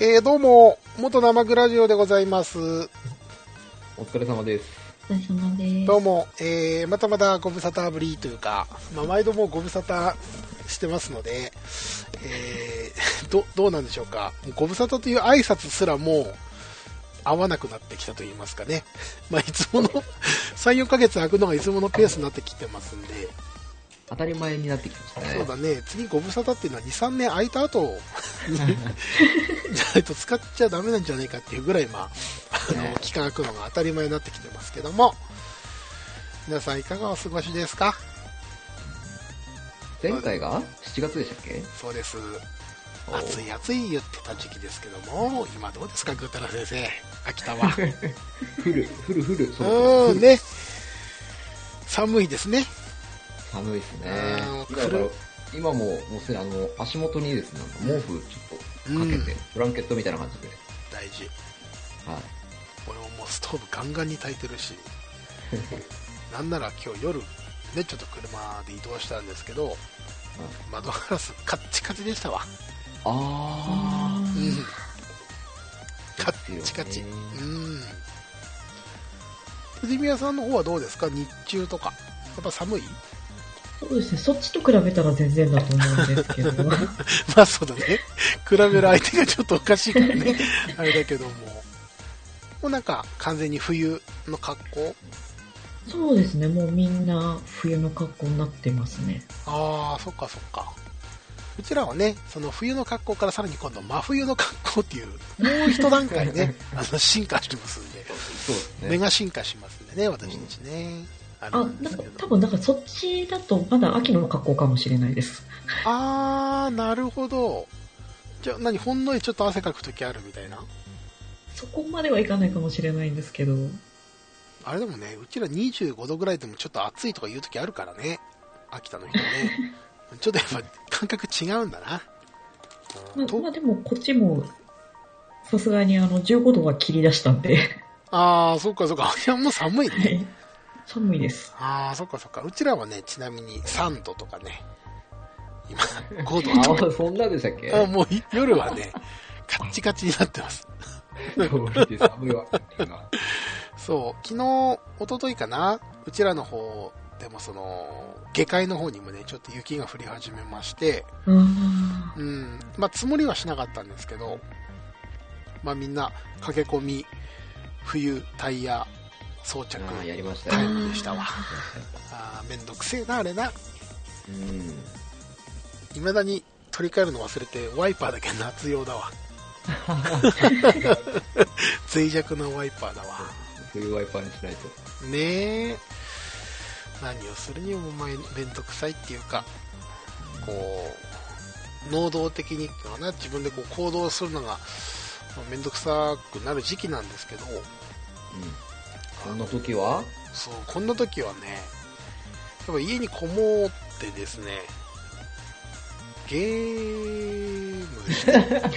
どうも、元生グラジオでございます。 お疲れ様です。 お疲れ様です。 どうも、またまたご無沙汰ぶりというか、毎度もうご無沙汰してますので、どうなんでしょうか。ご無沙汰という挨拶すらもう合わなくなってきたと言いますかね。いつもの3、4ヶ月空くのがいつものペースになってきてますんで。 当たり前になってきましたね。 そうだね。次ご無沙汰っていうのは2、3年空いた後じゃないと使っちゃダメなんじゃないかっていうぐらい、期間空くのが当たり前になってきてますけども、皆さんいかがお過ごしですか？ 前回が7月でしたっけ？ そうです。暑い暑い言ってた時期ですけども、今どうですか、ぐーたら先生、秋田は。 降る。 そうね。寒いですね。 寒いですね。今もうすでに足元にですね、毛布ちょっとかけて、ブランケットみたいな感じで。 大事。 はい。 俺ももうストーブガンガンに焚いてるし、なんなら今日夜、ね、ちょっと車で移動したんですけど、窓ガラスカッチカチでしたわ。カッチカチ。藤宮さんの方はどうですか？日中とか。やっぱ寒い？ そうですね、そっちと比べたら全然だと思うんですけど。 そうだね。比べる相手がちょっとおかしいからね。あれだけども。もうなんか完全に冬の格好？ そうですね、もうみんな冬の格好になってますね。 ああ、そっかそっか。うちらはね、その冬の格好からさらに今度真冬の格好っていう、もう一段階ね、進化してますんで。 そうですね。 目が進化しますんでね、私たちね。 多分そっちだとまだ秋の格好かもしれないです。 あー、なるほど。じゃあほんのりちょっと汗かくときあるみたいな？ そこまではいかないかもしれないんですけど。 あれでもね、うちら25度ぐらいでもちょっと暑いとか言うときあるからね。秋田の人ね。ちょっとやっぱ感覚違うんだな。 でもこっちもさすがに15度は切り出したんで。 あー、そっかそっか。いや、もう寒いね。はい、 寒いです。 あー、そっかそっか。うちらはね、ちなみに3度とかね。今、5度とか。 そんなでしたっけ？ もう夜はね、カッチカチになってます。 寒いわ。 そう、昨日、一昨日かな、うちらの方でも下界の方にもね、ちょっと雪が降り始めまして、積もりはしなかったんですけど、みんな駆け込み、冬タイヤ装着タイムでしたわ。めんどくせえな、あれな。未だに取り替えるの忘れて、ワイパーだけ夏用だわ。脆弱なワイパーだわ。 冬ワイパーにしないと。 ねえ。何をするにもめんどくさいっていうか、能動的にっていうのはね、自分で行動するのがめんどくさくなる時期なんですけど、 こんな時は？ そう、こんな時はね、やっぱ家にこもってですね、ゲームして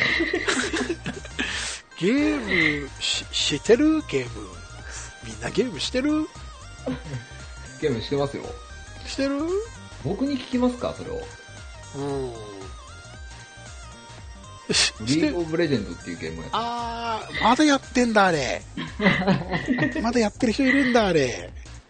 ゲームしてる？ゲームみんなゲームしてる？ ゲームしてますよ。 してる？ 僕に聞きますか、それを。リーグオブレジェンドっていうゲームやってます。まだやってんだ、あれ。まだやってる人いるんだ、あれ。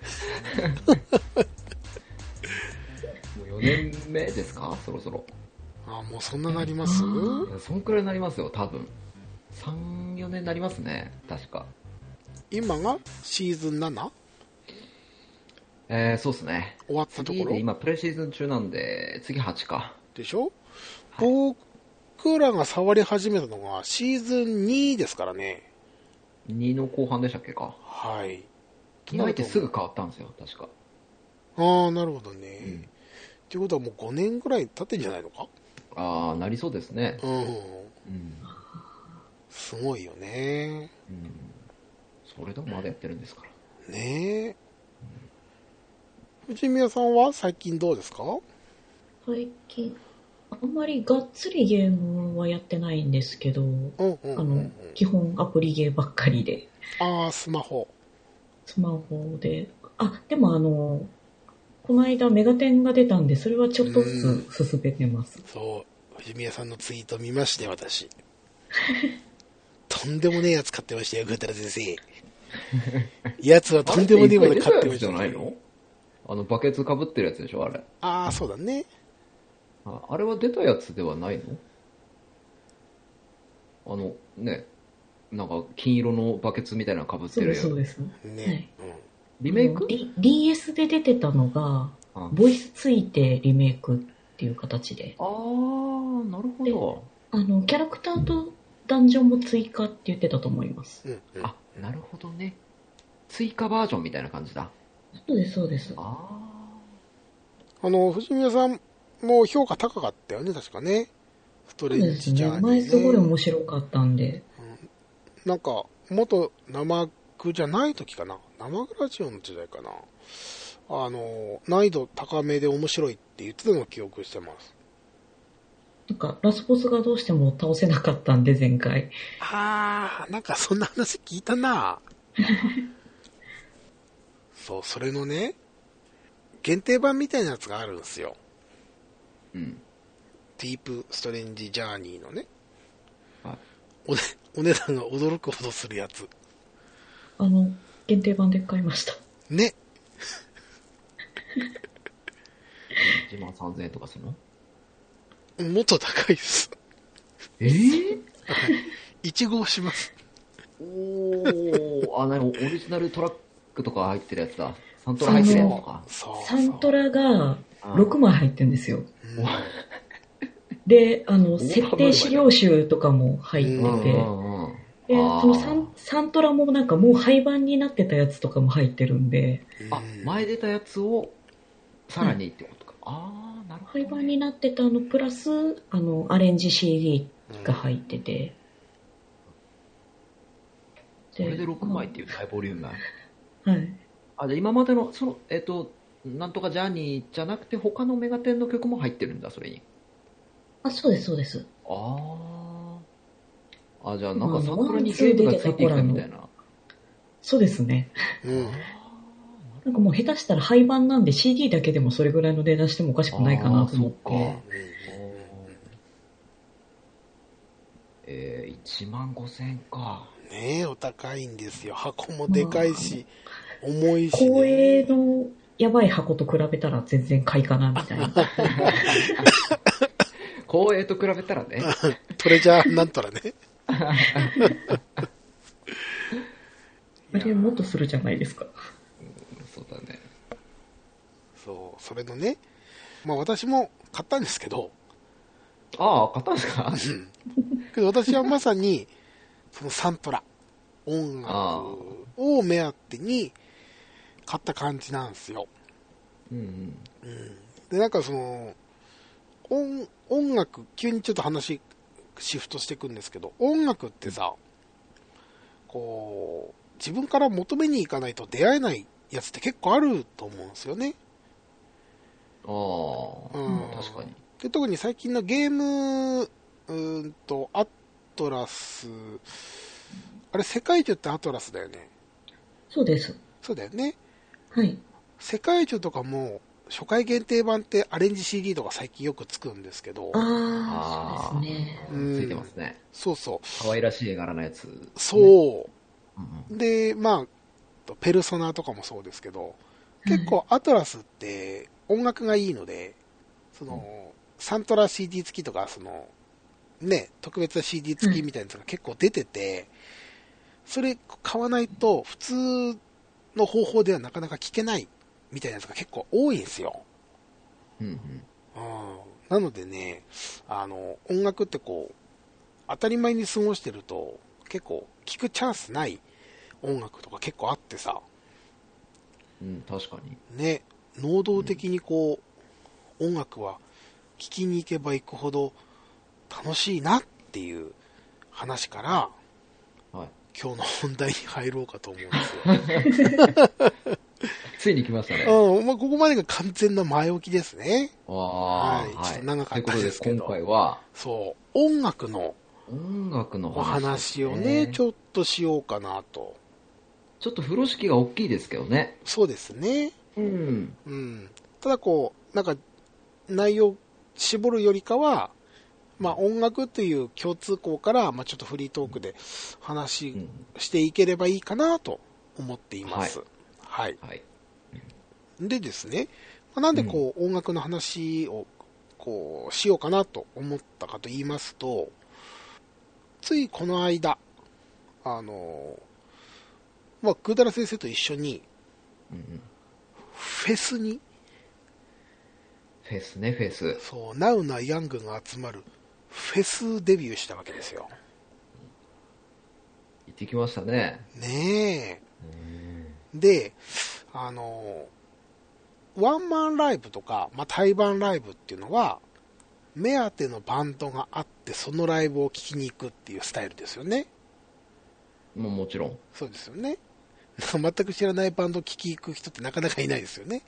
もう4年目ですか、そろそろ。 もうそんななります？ そんくらいになりますよ、多分。3、4年になりますね、確か。 今がシーズン 7？ そうですね。 終わったところ？ 次で今プレシーズン中なんで、次8か。 でしょ？はい、僕らが触り始めたのがシーズン2ですからね。 2の後半でしたっけか。 はい。 決まってすぐ変わったんですよ、確か。 なるほどね。っていうことはもう5年ぐらい経ってんじゃないのか？ なりそうですね。 すごいよね。 それでもまだやってるんですからねえ。藤宮さんは最近どうですか？ 最近あんまりがっつりゲームはやってないんですけど、基本アプリゲーばっかりで。 スマホで。でもこの間メガテンが出たんで、それはちょっとずつ進めてます。 そう、藤宮さんのツイート見まして、私。 とんでもねえやつ買ってましたよ、ぐーたら先生。やつはとんでもねえもの買ってました。 じゃないの？バケツ被ってるやつでしょ、あれ。 ああ、そうだね。 あれは出たやつではないの？ね、なんか金色のバケツみたいなの被ってるやつ。 そうです。 ね。 はい、 リメイク？ DS で出てたのが、ボイスついてリメイクっていう形で。 あー、なるほど。 キャラクターとダンジョンも追加って言ってたと思います。 あ、なるほどね。追加バージョンみたいな感じだ。 そうです、そうです。 藤宮さんも評価高かったよね、確かね。ストレンジジャーニー、ね。 前すごい面白かったんで。 なんか、元生具じゃない時かな。生グラジオの時代かな。難易度高めで面白いって言ってたのを記憶してます。 なんか、ラスボスがどうしても倒せなかったんで、前回。 なんかそんな話聞いたな。そう、それのね、限定版みたいなやつがあるんですよ。ディープストレンジジャーニーのね。お値段が驚くほどするやつ。 限定版で買いました。 ね。 1万3000円とかするの？ もっと高いです。1号します。 オリジナルトラックとか入ってるやつだ。サントラ入ってるやつとか。 サントラが6枚入ってるんですよ。で、設定資料集とかも入ってて、で、そのサントラもなんかもう廃盤になってたやつとかも入ってるんで。 前出たやつをさらにってことか。なるほど、ね。 廃盤になってたプラス、アレンジ CD が入ってて。 それで6枚っていう大ボリューム。 はい。 じゃあ今までの、なんとかジャーニーじゃなくて他のメガテンの曲も入ってるんだ、それに。 そうです、そうです。 じゃあなんかサントラにゲームがついてきたみたいな。 そうですね。なんかもう下手したら廃盤なんで CD だけでもそれぐらいの値段してもおかしくないかなと思って。 1万5000円か。 ねえ、お高いんですよ。箱もでかいし、重いし、ね。 光栄のやばい箱と比べたら全然買いかな、みたいな。 光栄と比べたらね。 トレジャーなんとらね。 あれもっとするじゃないですか。 そうだね。 そう、それのね、私も買ったんですけど。 買ったんですか？ けど私はまさに、そのサントラ、音楽を目当てに買った感じなんですよ。で、なんかその、音楽、急にちょっと話シフトしていくんですけど、音楽ってさ、こう、自分から求めに行かないと出会えないやつって結構あると思うんですよね。 確かに。 で、特に最近のゲーム、アトラス、あれ世界中ってアトラスだよね。 そうです。 そうだよね。 はい。 世界中とかも、初回限定版ってアレンジ CD とか最近よくつくんですけど。 そうですね。 ついてますね。 そうそう。 可愛らしい絵柄のやつ、ね。 そう。で、ペルソナとかもそうですけど、結構アトラスって音楽がいいので、サントラ CD 付きとか、特別な CD 付きみたいなやつが結構出てて、それ買わないと普通の方法ではなかなか聴けないみたいなやつが結構多いんですよ。なのでね、音楽ってこう、当たり前に過ごしてると、結構聴くチャンスない音楽とか結構あってさ。 確かに。 ね、能動的にこう、音楽は聴きに行けば行くほど楽しいなっていう話から、今日の本題に入ろうかと思うんですよ。 ついに来ましたね。 ここまでが完全な前置きですね。 ちょっと長かったですけど。 今回は、 そう、音楽のお話をね、ちょっとしようかなと。 ちょっと風呂敷が大きいですけどね。 そうですね。ただこう、なんか、内容絞るよりかは、 まあ音楽という共通項から、まあちょっとフリートークで話していければいいかなと思っています。はい。はい。でですね、まあ、なんでこう音楽の話をこうしようかなと思ったかと言いますと、ついこの間、まあ、グーダラ先生と一緒に、フェスに、 フェスね、フェス。 そう、ナウなヤングが集まるフェスデビューしたわけですよ。 行ってきましたね。 ねえ。で、ワンマンライブとか、まあ、対バンライブっていうのは、目当てのバンドがあって、そのライブを聴きに行くっていうスタイルですよね。 もちろん。 そうですよね。全く知らないバンドを聴きに行く人ってなかなかいないですよね。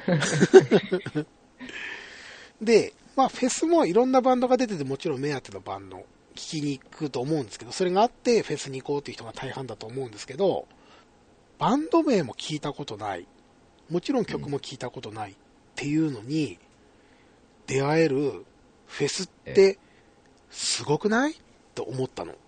で、まあフェスもいろんなバンドが出ててもちろん目当てのバンド聴きに行くと思うんですけど、それがあってフェスに行こうっていう人が大半だと思うんですけど、バンド名も聞いたことない、もちろん曲も聞いたことないっていうのに出会えるフェスってすごくないと思ったの。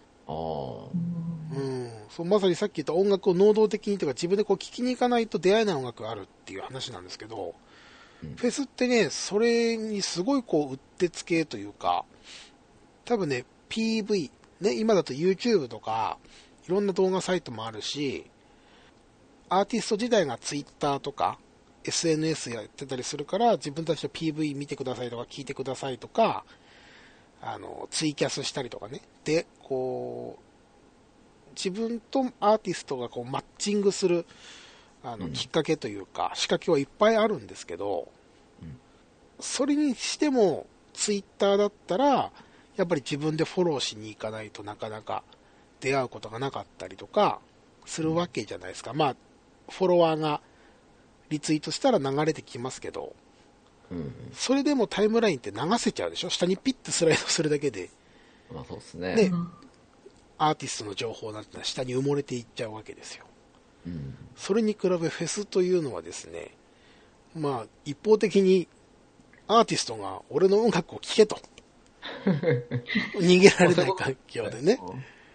そうまさにさっき言った音楽を能動的にというか自分でこう聴きに行かないと出会えない音楽があるっていう話なんですけど、フェスってね、それにすごいこううってつけというか、多分ね PV ね、今だと YouTube とかいろんな動画サイトもあるし、アーティスト自体が Twitter とか SNS やってたりするから、自分たちの PV 見てくださいとか聞いてくださいとか、ツイキャスしたりとかね。で、こう、自分とアーティストがこうマッチングする、きっかけというか、仕掛けはいっぱいあるんですけど、それにしても、ツイッターだったら、やっぱり自分でフォローしに行かないとなかなか出会うことがなかったりとか、するわけじゃないですか。まあ、フォロワーがリツイートしたら流れてきますけど、それでもタイムラインって流せちゃうでしょ。下にピッてスライドするだけで。 まあそうですね。 で、アーティストの情報なんてのは下に埋もれていっちゃうわけですよ。それに比べフェスというのはですね、まあ一方的にアーティストが俺の音楽を聴けと逃げられない環境でね。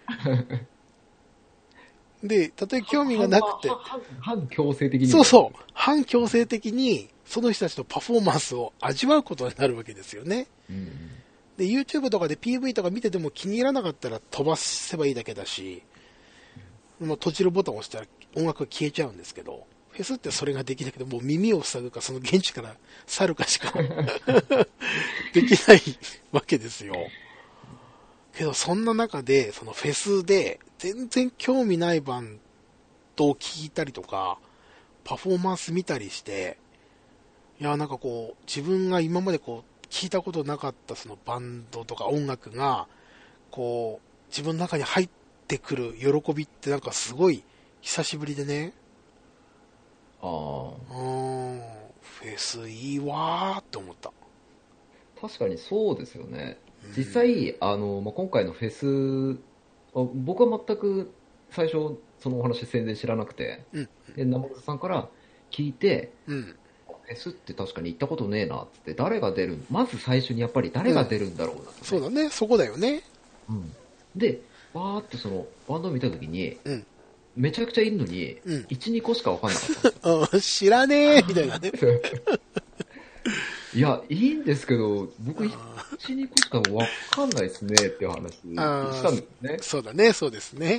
で、たとえ興味がなくて、 反強制的に。 そうそう、反強制的にその人たちのパフォーマンスを味わうことになるわけですよね。で、YouTube とかで PV とか見てても気に入らなかったら飛ばせばいいだけだし、もう閉じるボタンを押したら音楽が消えちゃうんですけど、フェスってそれができなくて、もう耳を塞ぐかその現地から去るかしかできないわけですよ。けどそんな中で、そのフェスで全然興味ないバンドを聴いたりとか、パフォーマンス見たりして、いや、なんかこう、自分が今までこう、聞いたことなかったそのバンドとか音楽が、こう、自分の中に入ってくる喜びってなんかすごい久しぶりでね。フェスいいわーって思った。 確かにそうですよね。実際、今回のフェス、僕は全く最初そのお話全然知らなくて、で生田さんから聞いて、フェスって確かに行ったことねえなって、誰が出る、まず最初にやっぱり誰が出るんだろうなって、 そうだね、そこだよね。 で、バーってそのバンドを見たときに、めちゃくちゃいるのに、1、2個しか分かんなかったんですよ。 知らねえみたいなね。 いや、いいんですけど、僕1、2個しか分かんないですねっていう話したんですね。 そうだね、そうですね。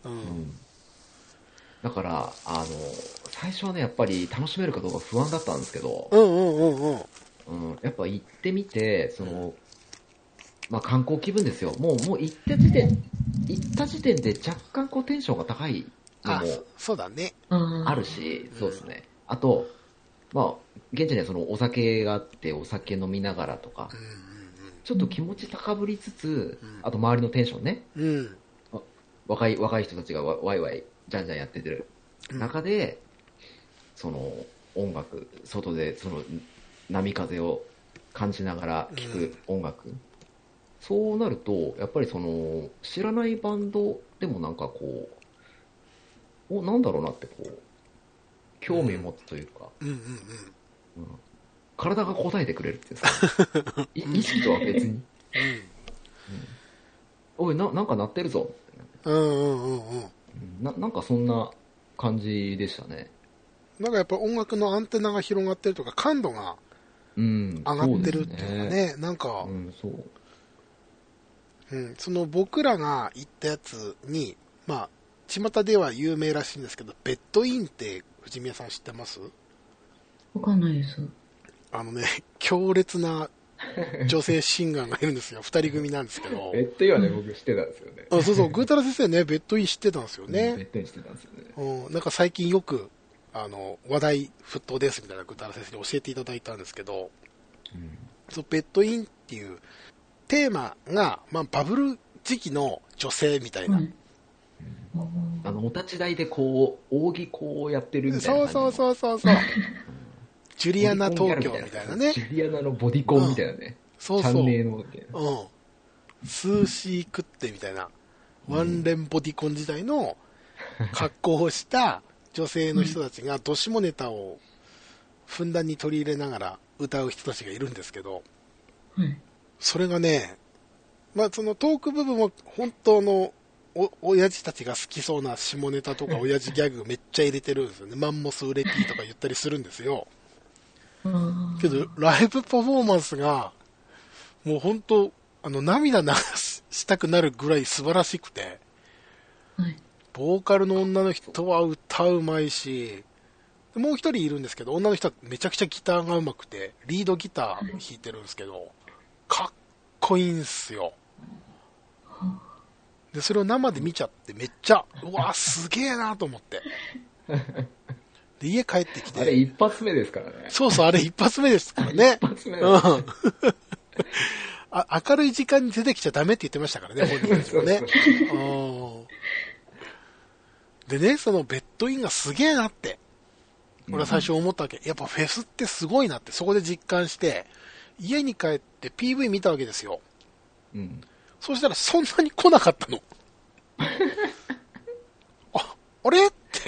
だから、最初はね、やっぱり楽しめるかどうか不安だったんですけど、やっぱ行ってみて、まあ観光気分ですよ。もう行った時点で若干こうテンションが高いのもそうだね。 あるし、そうですね。あと、まあ、現地にはそのお酒があって、お酒飲みながらとか、ちょっと気持ち高ぶりつつ、あと周りのテンションね、若い人たちがワイワイ、じゃんじゃんやってる中で、その音楽、外でその波風を感じながら聴く音楽、そうなると、やっぱりその知らないバンドでもなんかこう、なんだろうなってこう、興味を持つというか、体が答えてくれるっていうんですか、意識とは別に。 おいなんか鳴ってるぞ。なんかそんな感じでしたね。 なんかやっぱ音楽のアンテナが広がってるとか、感度が上がってるっていうのがね、なんか、その僕らが言ったやつに、まあ、巷では有名らしいんですけど、ベッドインって藤宮さん知ってます？ わかんないです。 強烈な女性シンガーがいるんですよ。二人組なんですけど。 ベッドインはね、僕知ってたんですよね。 そうそう、ぐーたら先生ね、ベッドイン知ってたんですよね。 ベッドイン知ってたんですよね。 なんか最近よく、話題沸騰ですみたいなぐーたら先生に教えていただいたんですけど、そう、ベッドインっていうテーマが、まあ、バブル時期の女性みたいな。 お立ち台でこう、扇こうやってるみたいな感じ。 そう。ジュリアナ東京みたいなね。 ジュリアナのボディコンみたいなね。 そう。 チャンネルのみたいな。 スーシー食ってみたいな。ワンレンボディコン時代の格好をした女性の人たちが、どしもネタをふんだんに取り入れながら歌う人たちがいるんですけど、それがね、まあそのトーク部分も本当の親父たちが好きそうな下ネタとか親父ギャグめっちゃ入れてるんですよね。マンモスウレピーとか言ったりするんですよ。けど、ライブパフォーマンスが、もう本当、涙流したくなるぐらい素晴らしくて、ボーカルの女の人は歌うまいし、もう一人いるんですけど、女の人はめちゃくちゃギターがうまくて、リードギター弾いてるんですけど、かっこいいんすよ。で、それを生で見ちゃってめっちゃ、うわ、すげえなと思って。で、家帰ってきて。 あれ一発目ですからね。 そう、あれ一発目ですからね。 一発目明るい時間に出てきちゃダメって言ってましたからね、本人たちもね。でね、そのベッドインがすげえなって、俺は最初思ったわけ。やっぱフェスってすごいなって、そこで実感して、家に帰って PV 見たわけですよ。そしたらそんなに来なかったの。あれって。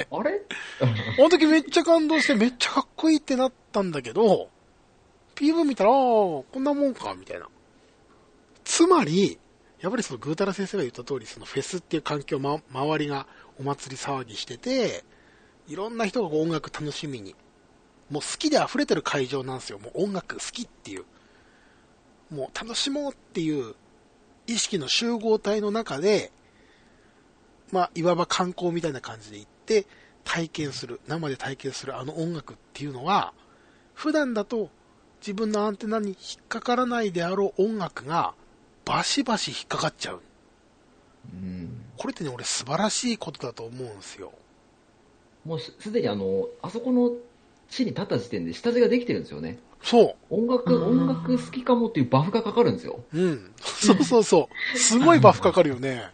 あれあの時めっちゃ感動してめっちゃかっこいいってなったんだけど、PV 見たら、こんなもんか、みたいな。つまり、やっぱりそのぐーたら先生が言った通り、そのフェスっていう環境、周りがお祭り騒ぎしてて、いろんな人が音楽楽しみに、もう好きで溢れてる会場なんですよ。もう音楽好きっていう。もう楽しもうっていう意識の集合体の中で、まあ、いわば観光みたいな感じで行って体験する、生で体験するあの音楽っていうのは、普段だと自分のアンテナに引っかからないであろう音楽がバシバシ引っかかっちゃう。これってね、俺素晴らしいことだと思うんですよ。 もうすでにあそこの地に立った時点で下地ができてるんですよね。 そう。 音楽好きかもっていうバフがかかるんですよ。 そう。すごいバフかかるよね。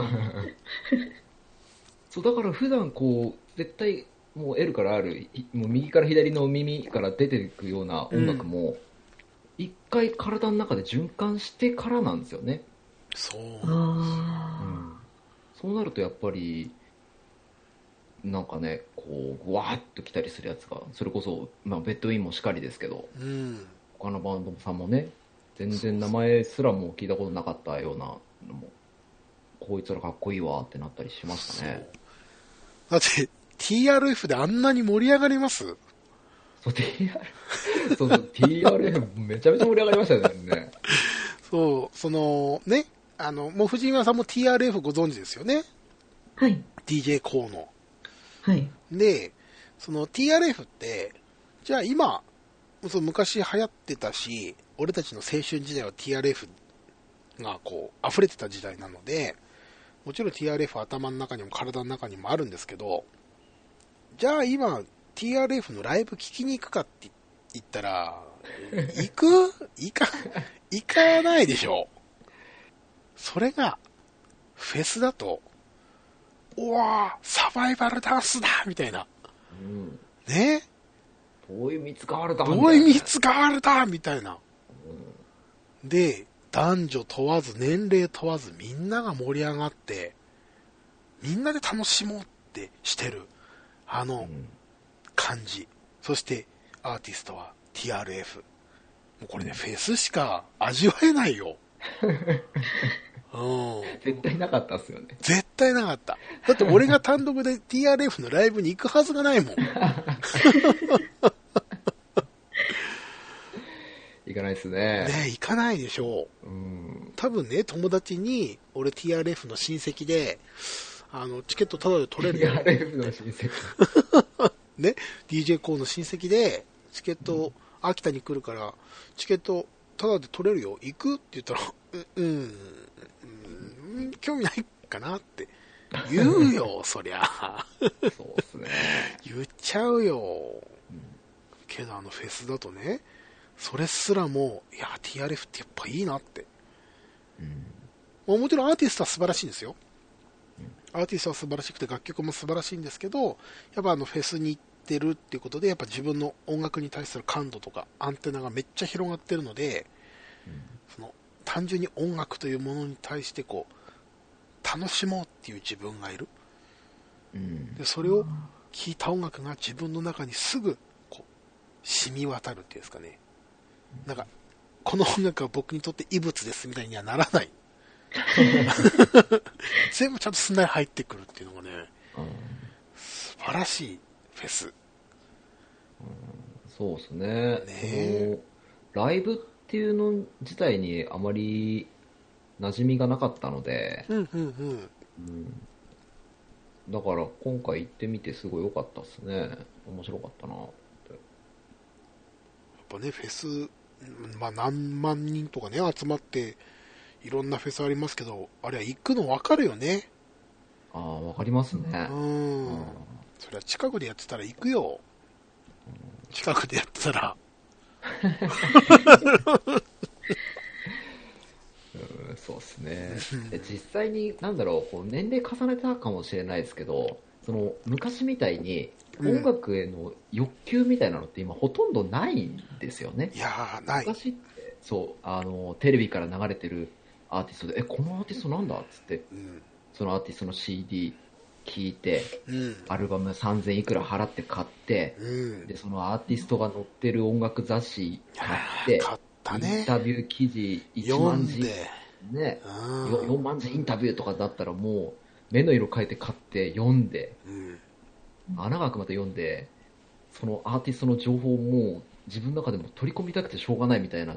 そう、だから普段こう、絶対もう L から R、もう右から左の耳から出ていくような音楽も、一回体の中で循環してからなんですよね。 そう。 そうなるとやっぱり、なんかね、こう、ぐわーっと来たりするやつが、それこそ、まあ、ベッドインもしかりですけど、他のバンドさんもね、全然名前すらも聞いたことなかったようなのも、こいつらかっこいいわってなったりしましたね。 だって、TRF であんなに盛り上がります？ そう、TRF めちゃめちゃ盛り上がりましたよね。 そう、ね、もう藤村さんも TRF ご存知ですよね。 はい。 DJ コーの。 はい。 で、その TRF って、じゃあ今、その昔流行ってたし、俺たちの青春時代は TRF がこう、溢れてた時代なので、もちろん TRF 頭の中にも体の中にもあるんですけど、じゃあ今 TRF のライブ聞きに行くかって言ったら、行かないでしょ。それが、フェスだと、うわー、サバイバルダンスだみたいな。ね？ ボーイミツガールだボーイミツガールだみたいな。で、男女問わず、年齢問わず、みんなが盛り上がって、みんなで楽しもうってしてる、感じ。そして、アーティストは TRF。もうこれね、フェスしか味わえないよ。 絶対なかったっすよね。 絶対なかった。だって俺が単独で TRF のライブに行くはずがないもん。 行かないっすね。 ね、行かないでしょう。多分ね、友達に、俺 TRF の親戚で、チケットタダで取れるよ。 TRF の親戚。 ね、DJ コーの親戚で、チケット、秋田に来るから、チケットタダで取れるよ。行くって言ったら、興味ないかなって言うよ、そりゃ。 そうっすね。 言っちゃうよ。けどフェスだとね、それすらも、いや、TRF ってやっぱいいなって。もちろんアーティストは素晴らしいんですよ。アーティストは素晴らしくて楽曲も素晴らしいんですけど、やっぱフェスに行ってるっていうことで、やっぱ自分の音楽に対する感度とかアンテナがめっちゃ広がってるので、その単純に音楽というものに対してこう、楽しもうっていう自分がいる。でそれを聴いた音楽が自分の中にすぐこう染み渡るっていうんですかね。なんかこの音楽は僕にとって異物ですみたいにはならない。全部ちゃんとすんなり入ってくるっていうのがね、素晴らしいフェス。 そうですね。ライブっていうの自体にあまり馴染みがなかったので、だから今回行ってみてすごい良かったですね。面白かったなって。やっぱね、フェス、まあ何万人とかね、集まって、いろんなフェスありますけど、あれは行くの分かるよね。 わかりますね。 それは近くでやってたら行くよ。近くでやってたら。 そうですね。実際に、なんだろう、こう年齢重ねたかもしれないですけど、その昔みたいに音楽への欲求みたいなのって今ほとんどないんですよね。 いやー、ない。 昔って、そう、テレビから流れてるアーティストで、このアーティストなんだっつって、そのアーティストの CD 聞いて、アルバム3000いくら払って買って、でそのアーティストが載ってる音楽雑誌買って、インタビュー記事1万字ね、4万字インタビューとかだったらもう目の色変えて買って読んで、穴が開くまで読んで、そのアーティストの情報をもう自分の中でも取り込みたくてしょうがないみたいな、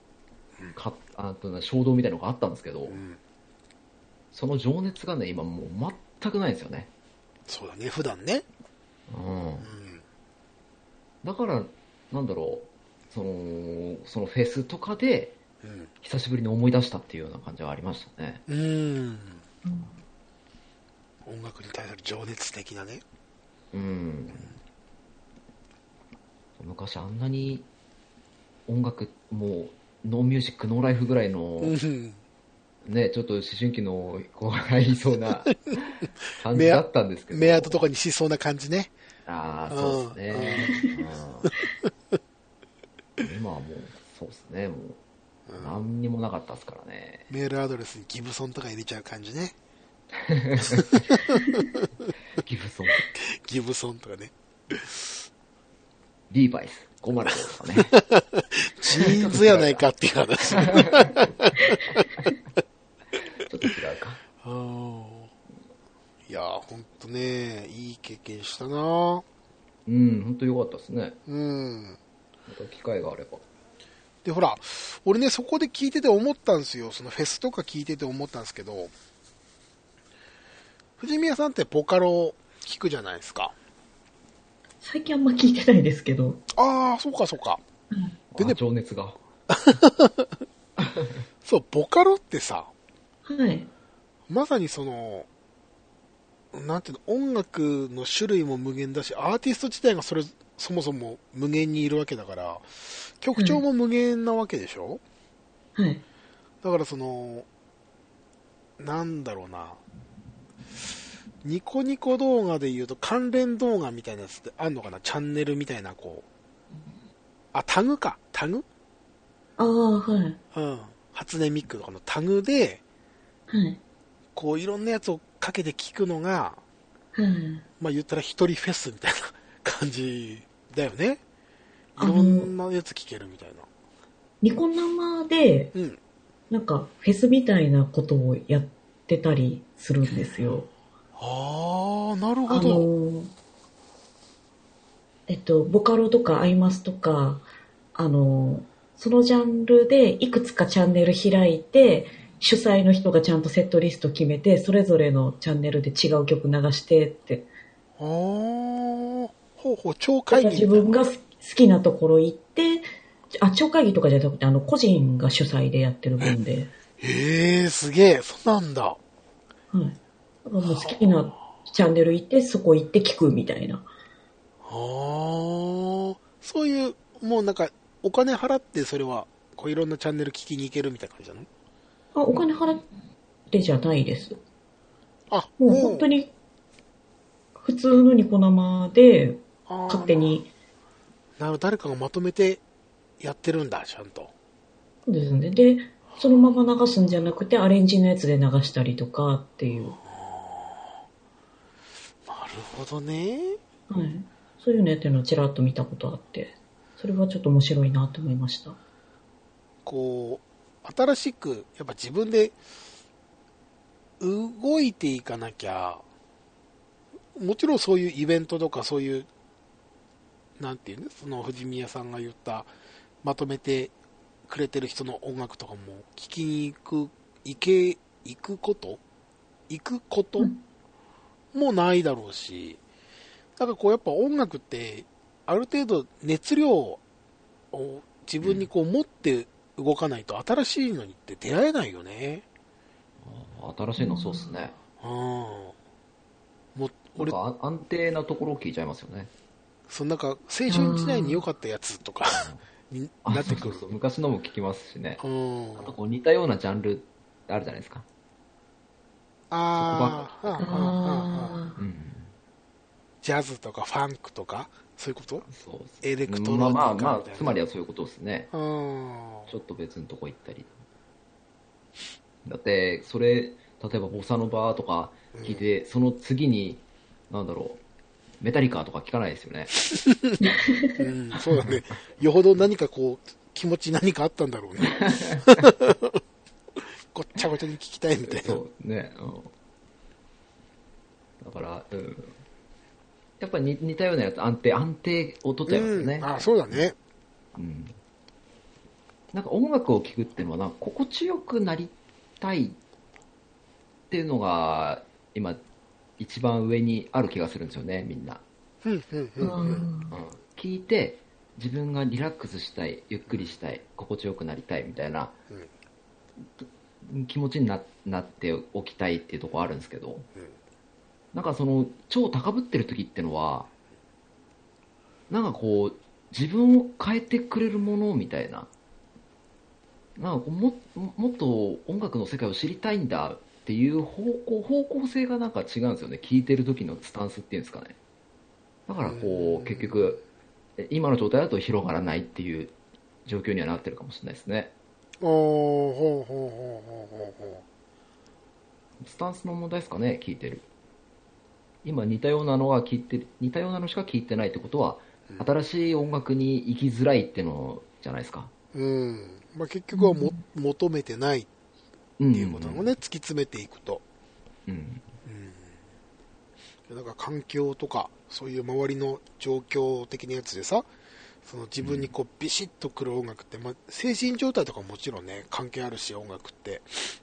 衝動みたいなのがあったんですけど、その情熱がね今もう全くないですよね。 そうだね、普段ね。 だからなんだろう、そのフェスとかで久しぶりに思い出したっていうような感じはありましたね。 音楽に対する情熱的なね。 昔あんなに音楽もうノーミュージックノーライフぐらいのね、ちょっと思春期の子が入りそうな感じだったんですけど、 メアドとかにしそうな感じね。 そうですね。今はもうそうですね、もう何にもなかったですからね。 メールアドレスにギブソンとか入れちゃう感じね。ギブソンとかね。 リーバイス505とかね。 ジーンズやないかっていう話。ちょっと違うか。 いやー、ほんとね、いい経験したな。 ほんとよかったですね。また機会があれば。 で、ほら、俺ね、そこで聞いてて思ったんですよ。そのフェスとか聞いてて思ったんですけど、藤宮さんってボカロ聞くじゃないですか。 最近あんま聞いてないですけど。 そうかそうか。 でね、情熱が。 そう、ボカロってさ、 はい。 まさにその、なんていうの、音楽の種類も無限だし、アーティスト自体がそもそも無限にいるわけだから、曲調も無限なわけでしょ？ はい。 だからその、なんだろうな、ニコニコ動画で言うと関連動画みたいなやつってあんのかな？チャンネルみたいな、こう。タグか。タグ？ はい。 初音ミックとかのタグで、 はい。 こういろんなやつをかけて聞くのが、まあ言ったら一人フェスみたいな感じだよね。いろんなやつ聞けるみたいな。 ニコ生で、 なんかフェスみたいなことをやってたりするんですよ。 ああ、なるほど。 ボカロとかアイマスとか、そのジャンルでいくつかチャンネル開いて、主催の人がちゃんとセットリスト決めて、それぞれのチャンネルで違う曲流してって。 ああ、ほうほう、超会議みたいな。 自分が好きなところ行って、超会議とかじゃなくて、個人が主催でやってる分で。 へえ、すげえ、そうなんだ。はい。 だからもう好きなチャンネル行って、そこ行って聞くみたいな。 ああ、そういう、もうなんか、お金払ってそれは、こういろんなチャンネル聞きに行けるみたいな感じなの？ お金払ってじゃないです。 あ、 もう本当に、普通のニコ生で、勝手に。 誰かがまとめてやってるんだ、ちゃんと。 そうですね。で、そのまま流すんじゃなくて、アレンジのやつで流したりとかっていう。 なるほどね。 はい。そういうのやってるのをちらっと見たことあって、それはちょっと面白いなと思いました。 こう、新しく、やっぱ自分で動いていかなきゃ、もちろんそういうイベントとかそういう、なんていうね、その藤宮さんが言った、まとめてくれてる人の音楽とかも聞きに行くこともないだろうし、だからこうやっぱ音楽って、ある程度熱量を自分にこう持って動かないと新しいのにって出会えないよね。 新しいのそうっすね。もう俺なんか安定なところを聞いちゃいますよね。 なんか青春時代に良かったやつとかになってくる。 そう昔のも聞きますしね。あとこう似たようなジャンルあるじゃないですか。 ジャズとかファンクとかそういうこと？ そうエレクトロニカみたいな。 つまりはそういうことですね。ちょっと別のとこ行ったり。だってそれ例えばボサノバとか聞いて、その次になんだろうメタリカとか聞かないですよね。 そうだね。よほど何かこう気持ち何かあったんだろうね。ごっちゃごちゃに聞きたいみたいな。 そうね。だから、やっぱり似たようなやつ安定を取っちゃいますよね。 そうだね。 なんか音楽を聴くっていうのはなんか心地よくなりたいっていうのが今一番上にある気がするんですよね、みんな。聞いて自分がリラックスしたい、ゆっくりしたい、心地よくなりたいみたいな、気持ちになっておきたいっていうところあるんですけど、なんかその超高ぶってる時ってのはなんかこう自分を変えてくれるものみたいな、なんかもっと音楽の世界を知りたいんだっていう方向性がなんか違うんですよね。聴いてる時のスタンスっていうんですかね。だからこう結局今の状態だと広がらないっていう状況にはなってるかもしれないですね。スタンスの問題ですかね、聴いてる。今似たようなのしか聴いてないってことは、新しい音楽に行きづらいってのじゃないですか。 結局は求めてないっていうことをね、突き詰めていくと。なんか環境とか、そういう周りの状況的なやつでさ、その自分にこうビシッとくる音楽って、精神状態とかもちろんね、関係あるし、音楽って。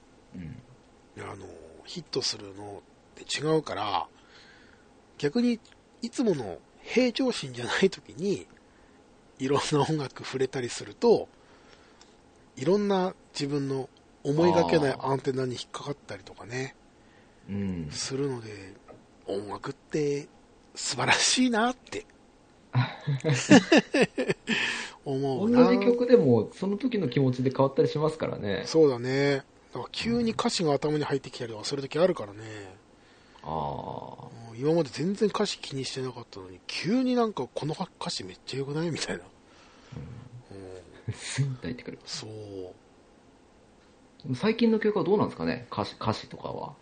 ヒットするのって違うから、逆にいつもの平常心じゃない時に、いろんな音楽触れたりすると、いろんな自分の思いがけないアンテナに引っかかったりとかね、するので、音楽って素晴らしいなって思うな。 同じ曲でもその時の気持ちで変わったりしますからね。 そうだね。だから急に歌詞が頭に入ってきたりとかする時あるからね。今まで全然歌詞気にしてなかったのに、急になんかこの歌詞めっちゃ良くないみたいな。 スンと入ってくる。 そう。 最近の曲はどうなんですかね、歌詞とかは。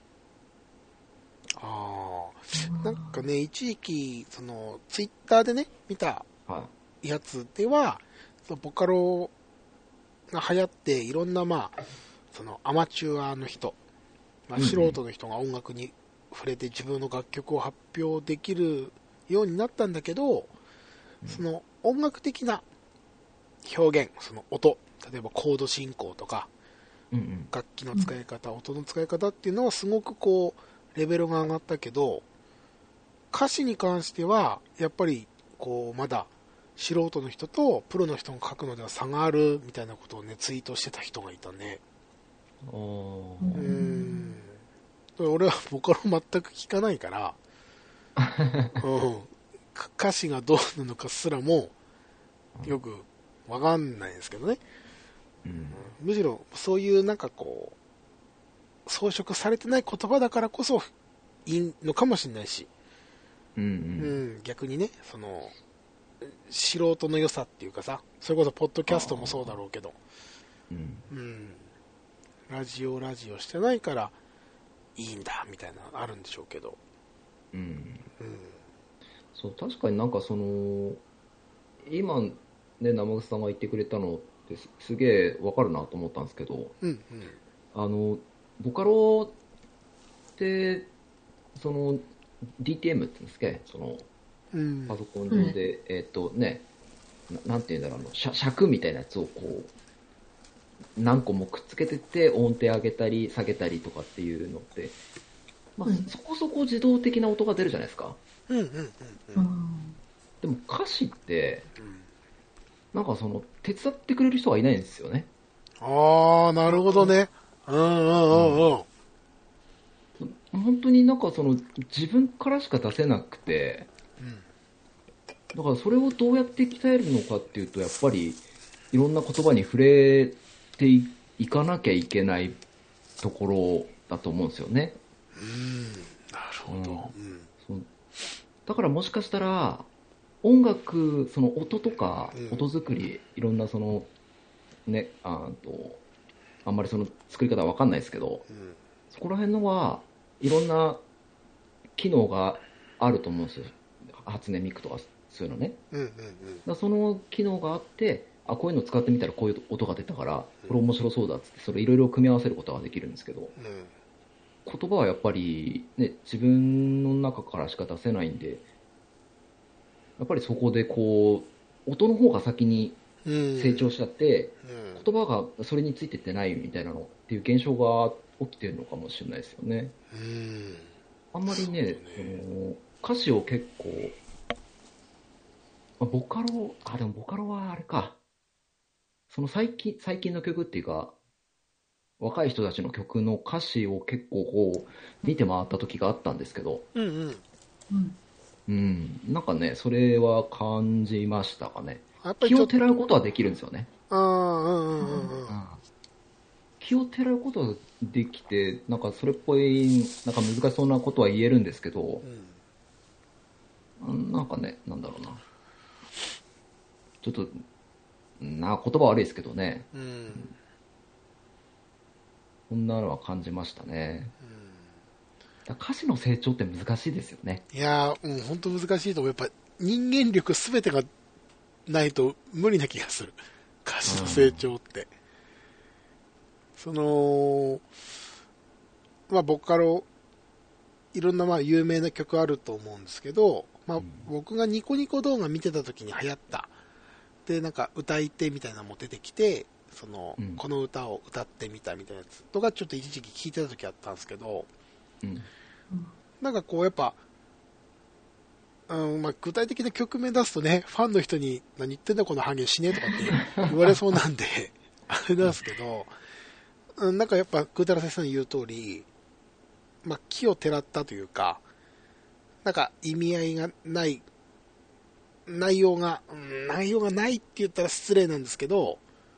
なんかね、一時期、ツイッターでね、見たやつでは、ボカロが流行って、いろんなそのアマチュアの人、素人の人が音楽に触れて自分の楽曲を発表できるようになったんだけど、その音楽的な表現、その音、例えばコード進行とか、楽器の使い方、音の使い方っていうのはすごくこうレベルが上がったけど、歌詞に関してはやっぱりこうまだ素人の人とプロの人が書くのでは差があるみたいなことをねツイートしてた人がいたね。俺はボカロ全く聞かないから、歌詞がどうなのかすらもよくわかんないんですけどね、むしろそういうなんかこう装飾されてない言葉だからこそいいのかもしれないし、逆にね、その素人の良さっていうかさ、それこそポッドキャストもそうだろうけど、ラジオしてないからいいんだみたいなのあるんでしょうけど、 そう確かになんかその今ね生草さんが言ってくれたのってすげえわかるなと思ったんですけど、ボカロってその DTM って言うんですか、そのパソコン上で、なんていうんだろう、尺みたいなやつをこう何個もくっつけてって音程上げたり下げたりとかっていうのって、そこそこ自動的な音が出るじゃないですか。でも歌詞って、なんかその手伝ってくれる人がいないんですよね。 ああ、なるほどね。 本当になんかその自分からしか出せなくて、だからそれをどうやって鍛えるのかっていうと、やっぱりいろんな言葉に触れていかなきゃいけないところだと思うんですよね。 なるほど。 だからもしかしたら音楽、その音とか音作り、いろんなそのね、あんまりその作り方は分かんないですけど、そこら辺のはいろんな機能があると思うんですよ。初音ミクとかそういうのね。だその機能があって、こういうの使ってみたらこういう音が出たからこれ面白そうだっつって、それいろいろ組み合わせることができるんですけど、言葉はやっぱりね、自分の中からしか出せないんで、やっぱりそこでこう音の方が先に成長しちゃって、言葉がそれについてってないみたいなのっていう現象が起きてるのかもしれないですよね。あんまりね、歌詞を結構、ボカロ、でもボカロはあれか、その最近の曲っていうか、若い人たちの曲の歌詞を結構こう見て回った時があったんですけど、なんかね、それは感じましたかね。気をてらうことはできるんですよね。気をてらうことはできて、なんかそれっぽい、なんか難しそうなことは言えるんですけど、なんかね、なんだろうな。ちょっと、言葉悪いですけどね。こんなのは感じましたね。歌詞の成長って難しいですよね。 いやー、本当難しいと思う。やっぱ人間力すべてがないと無理な気がする。歌詞の成長って。その、ボカロ、いろんな有名な曲あると思うんですけど、僕がニコニコ動画見てた時に流行った。で、なんか歌い手みたいなのも出てきて、この歌を歌ってみたみたいなやつとかちょっと一時期聞いてた時あったんですけど、なんかこうやっぱ、具体的な曲名出すとね、ファンの人に何言ってんだこのハゲ死ねとかって言われそうなんであれなんですけど、なんかやっぱグータラ先生の言う通り、木をてらったというか、なんか意味合いがない、内容がないって言ったら失礼なんですけど、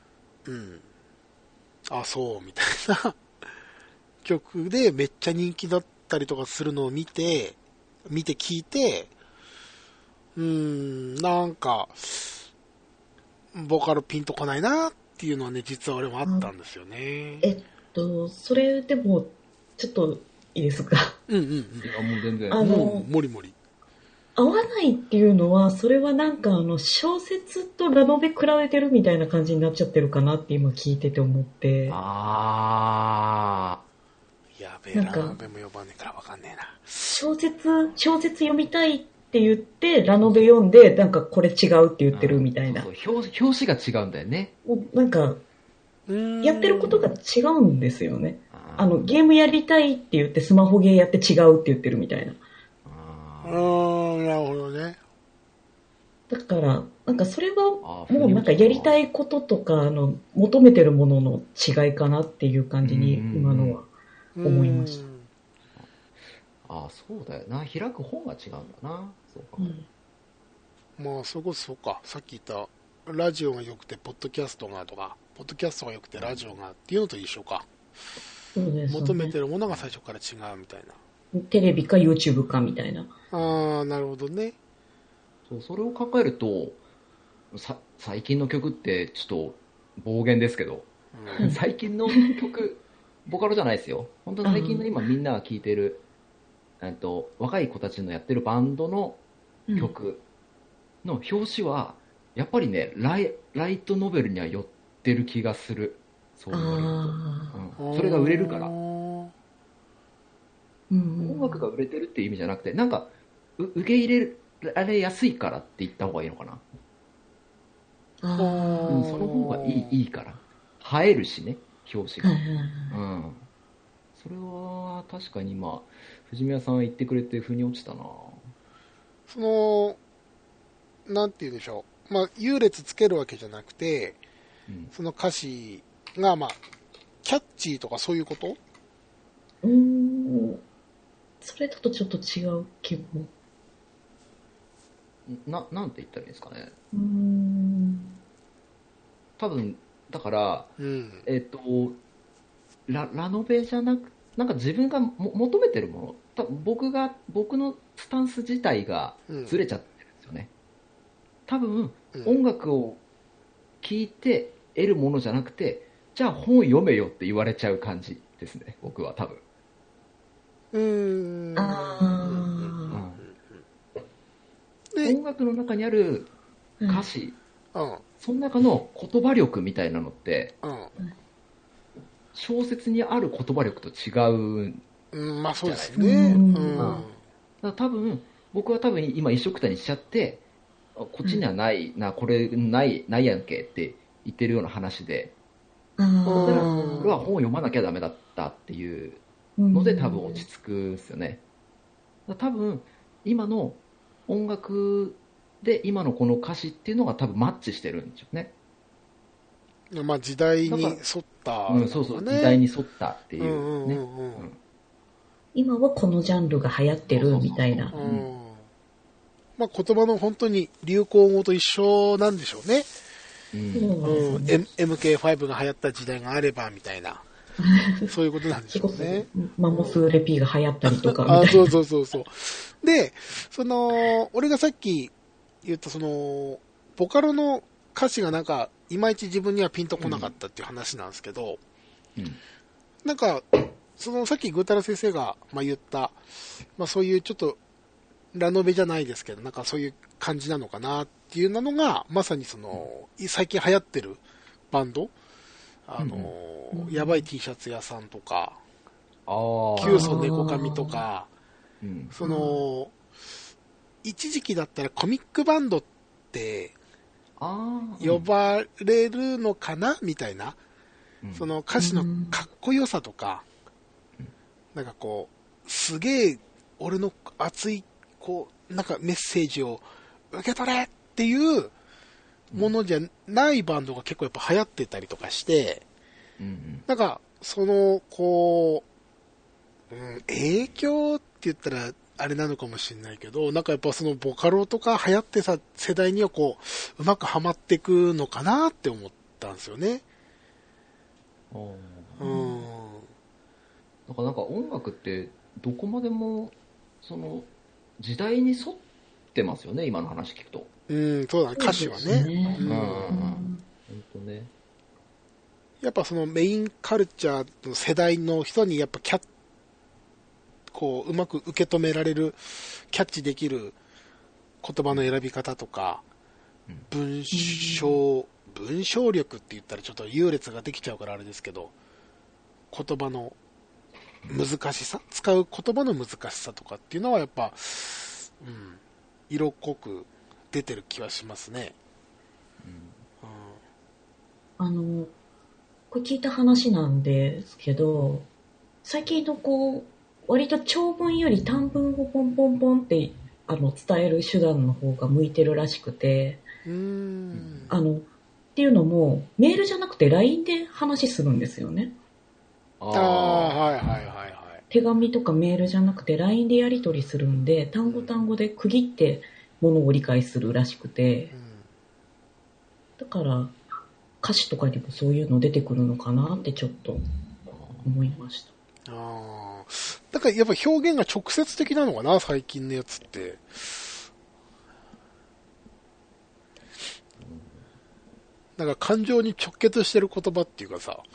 そうみたいな曲でめっちゃ人気だったりとかするのを見て聞いて、なんかボカロピンとこないなっていうのはね、実は俺もあったんですよね。 それでもちょっといいですか？ いやもう全然。 もりもり。 合わないっていうのは、それはなんか小説とラノベ比べてるみたいな感じになっちゃってるかなって今聞いてて思って。 やべえ、ラノベも読まねえからわかんねえな。 小説読みたいって言って、ラノベ読んで、なんかこれ違うって言ってるみたいな。 そうそう表紙が違うんだよね。 なんか、やってることが違うんですよね。ゲームやりたいって言ってスマホゲーやって違うって言ってるみたいな。 なるほどね。 だから、なんかそれはもうなんかやりたいこととか、求めてるものの違いかなっていう感じに今のは思いました。 そうだよな。開く本が違うんだな。そうか。 まあ、それこそそうか。さっき言った、ラジオが良くて、ポッドキャストがとか、ポッドキャストが良くて、ラジオがっていうのと一緒か。 そうですね。 求めてるものが最初から違うみたいな。テレビか YouTube かみたいな。 なるほどね。 それを考えると、最近の曲ってちょっと暴言ですけど、最近の曲、ボカロじゃないですよ。本当に最近の今みんなが聴いてる、若い子たちのやってるバンドの曲の表紙は、やっぱりね、ライトノベルには寄ってる気がする。そう言われると。それが売れるから。音楽が売れてるっていう意味じゃなくて、なんか、受け入れられやすいからって言った方がいいのかな。その方がいいから。映えるしね、表紙が。それは確かに今、藤宮さんが言ってくれて腑に落ちたな。 なんて言うんでしょう。まあ、優劣つけるわけじゃなくて、その歌詞が、まあ、キャッチーとかそういうこと？ それだとちょっと違う気も。 なんて言ったらいいんですかね。多分、だから、ラノベじゃなく、なんか自分が求めてるもの、僕のスタンス自体がずれちゃってるんですよね。多分、音楽を聴いて得るものじゃなくて、じゃあ本読めよって言われちゃう感じですね、僕は多分。音楽の中にある歌詞、その中の言葉力みたいなのって、小説にある言葉力と違うまあそうですね。 多分、僕は今一緒くたにしちゃって、こっちにはないな、これないやんけって言ってるような話で、俺は本を読まなきゃダメだったっていうので多分落ち着くんですよね。多分、今の音楽で今のこの歌詞っていうのが多分マッチしてるんですよね。 まあ時代に沿った、 そうそう、時代に沿ったっていうね。 今はこのジャンルが流行ってるみたいな。 まあ言葉の本当に流行語と一緒なんでしょうね。MK5 が流行った時代があればみたいな。そういうことなんでしょうね。 マンモスレピーが流行ったりとかみたいな。 そう。で、俺がさっき言ったボカロの歌詞がなんか、いまいち自分にはピンとこなかったっていう話なんですけど、なんか、さっきぐーたら先生が、言った、まあそういうちょっと、ラノベじゃないですけど、なんかそういう感じなのかなっていうのが、まさに最近流行ってるバンド、やばい T シャツ屋さんとか、キュウソネコカミとか、一時期だったらコミックバンドって呼ばれるのかなみたいな、歌詞のかっこよさとか、なんかこう、すげえ俺の熱い、なんかメッセージを受け取れっていうものじゃないバンドが結構やっぱ流行ってたりとかして、なんか、影響って言ったらあれなのかもしれないけど、なんかやっぱボカロとか流行ってた世代にはうまくはまっていくのかなって思ったんですよね。 なんか音楽ってどこまでも時代に沿ってますよね、今の話聞くと。 そうだね、歌詞はね。 本当ね。 やっぱメインカルチャーの世代の人にやっぱうまく受け止められる、キャッチできる言葉の選び方とか、文章力って言ったらちょっと優劣ができちゃうからあれですけど、言葉の難しさ、使う言葉の難しさとかっていうのはやっぱ、色濃く出てる気はしますね。 これ聞いた話なんですけど、最近の割と長文より短文をポンポンポンって伝える手段の方が向いてるらしくて、っていうのもメールじゃなくて LINE で話するんですよね。 はいはいはいはい。 手紙とかメールじゃなくて LINE でやり取りするんで、単語単語で区切ってものを理解するらしくて、だから歌詞とかにもそういうの出てくるのかなってちょっと思いました。 だからやっぱ表現が直接的なのかな、最近のやつって。なんか感情に直結してる言葉っていうかさ。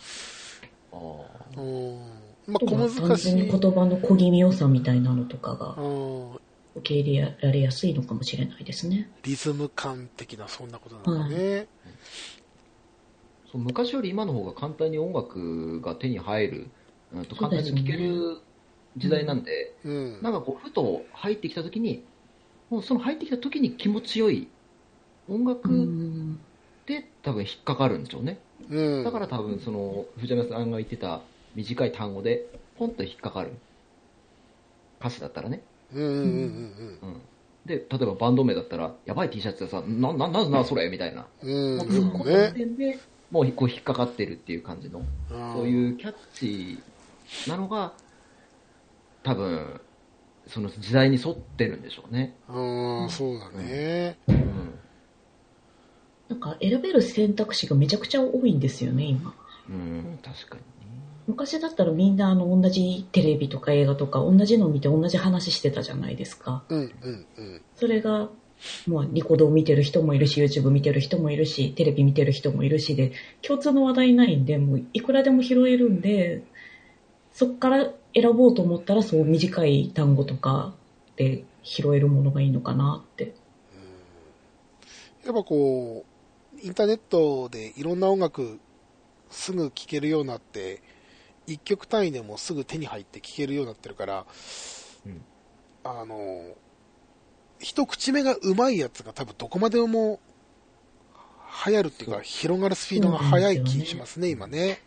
まあ小難しい。単純に言葉の小気味良さみたいなのとかが受け入れられやすいのかもしれないですね。 リズム感的なそんなことなんだね。 そう昔より今の方が簡単に音楽が手に入る、簡単に聴ける時代なんで、なんかふと入ってきた時に、もうその入ってきた時に気持ちよい音楽で多分引っかかるんでしょうね。だから多分その藤山さんが言ってた短い単語でポンと引っかかる歌詞だったらね。で、例えばバンド名だったらやばい T シャツでさ、なそれみたいな。もう突っ込んだ時点でもう引っかかってるっていう感じの、そういうキャッチーなのが多分その時代に沿ってるんでしょうね。 そうだね。 なんか選べる選択肢がめちゃくちゃ多いんですよね、今。 確かに。 昔だったらみんな同じテレビとか映画とか同じのを見て同じ話してたじゃないですか。それが、まあ、ニコ動見てる人もいるし、YouTube 見てる人もいるし、テレビ見てる人もいるしで、共通の話題ないんで、もういくらでも拾えるんで、そっから選ぼうと思ったらそう短い単語とかで拾えるものがいいのかなって。 やっぱこう、インターネットでいろんな音楽すぐ聴けるようになって、一曲単位でもすぐ手に入って聴けるようになってるから、一口目がうまいやつが多分どこまでも流行るっていうか、広がるスピードが速い気しますね、今ね。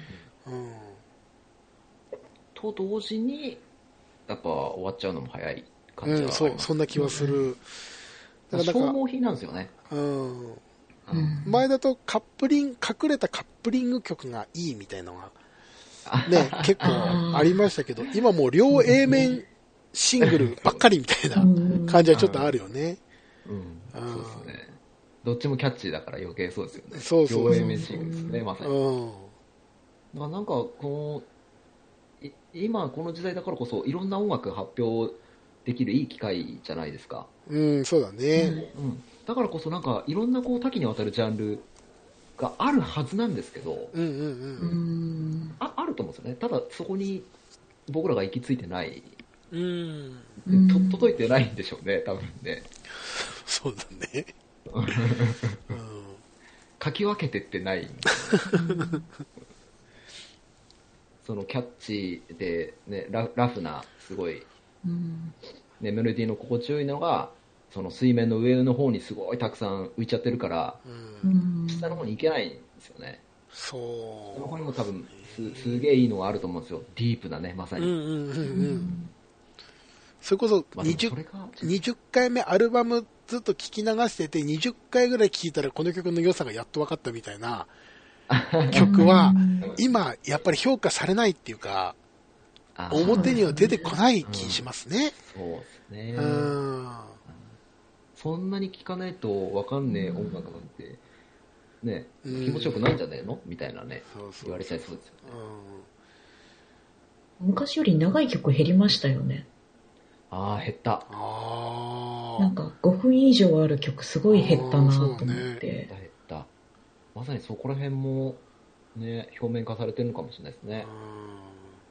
と同時に、やっぱ終わっちゃうのも早い感じはありますね。 そんな気はする。 消耗品なんですよね。 前だと隠れたカップリング曲がいいみたいなのが、ね、結構ありましたけど、今もう両 A 面シングルばっかりみたいな感じはちょっとあるよね。 そうですね。どっちもキャッチーだから余計そうですよね。 そう両 A 面シングルですね、まさに。なんか今この時代だからこそいろんな音楽発表できるいい機会じゃないですか。 そうだね。 だからこそなんかいろんな多岐にわたるジャンルがあるはずなんですけど、あると思うんですよね。ただそこに僕らが行き着いてない、届いてないんでしょうね、多分ね。 そうだね。 かき分けてってない。そのキャッチーで、ね、ラフなすごい、ね、メロディーの心地よいのがその水面の上の方にすごいたくさん浮いちゃってるから、下の方に行けないんですよね。その方にも多分すげえいいのがあると思うんですよ。ディープなね、まさに。 それこそ 20回目アルバムずっと聴き流してて20回ぐらい聴いたらこの曲の良さがやっと分かったみたいな曲は今やっぱり評価されないっていうか表には出てこない気しますね。 そうですね。そんなに聴かないと分かんねえ音楽なんてね、気持ちよくないんじゃねえのみたいなね、言われちゃいそうですよね。 昔より長い曲減りましたよね。 減った。 なんか5分以上ある曲すごい減ったなと思って。減った。まさにそこら辺もね、表面化されてるのかもしれないですね。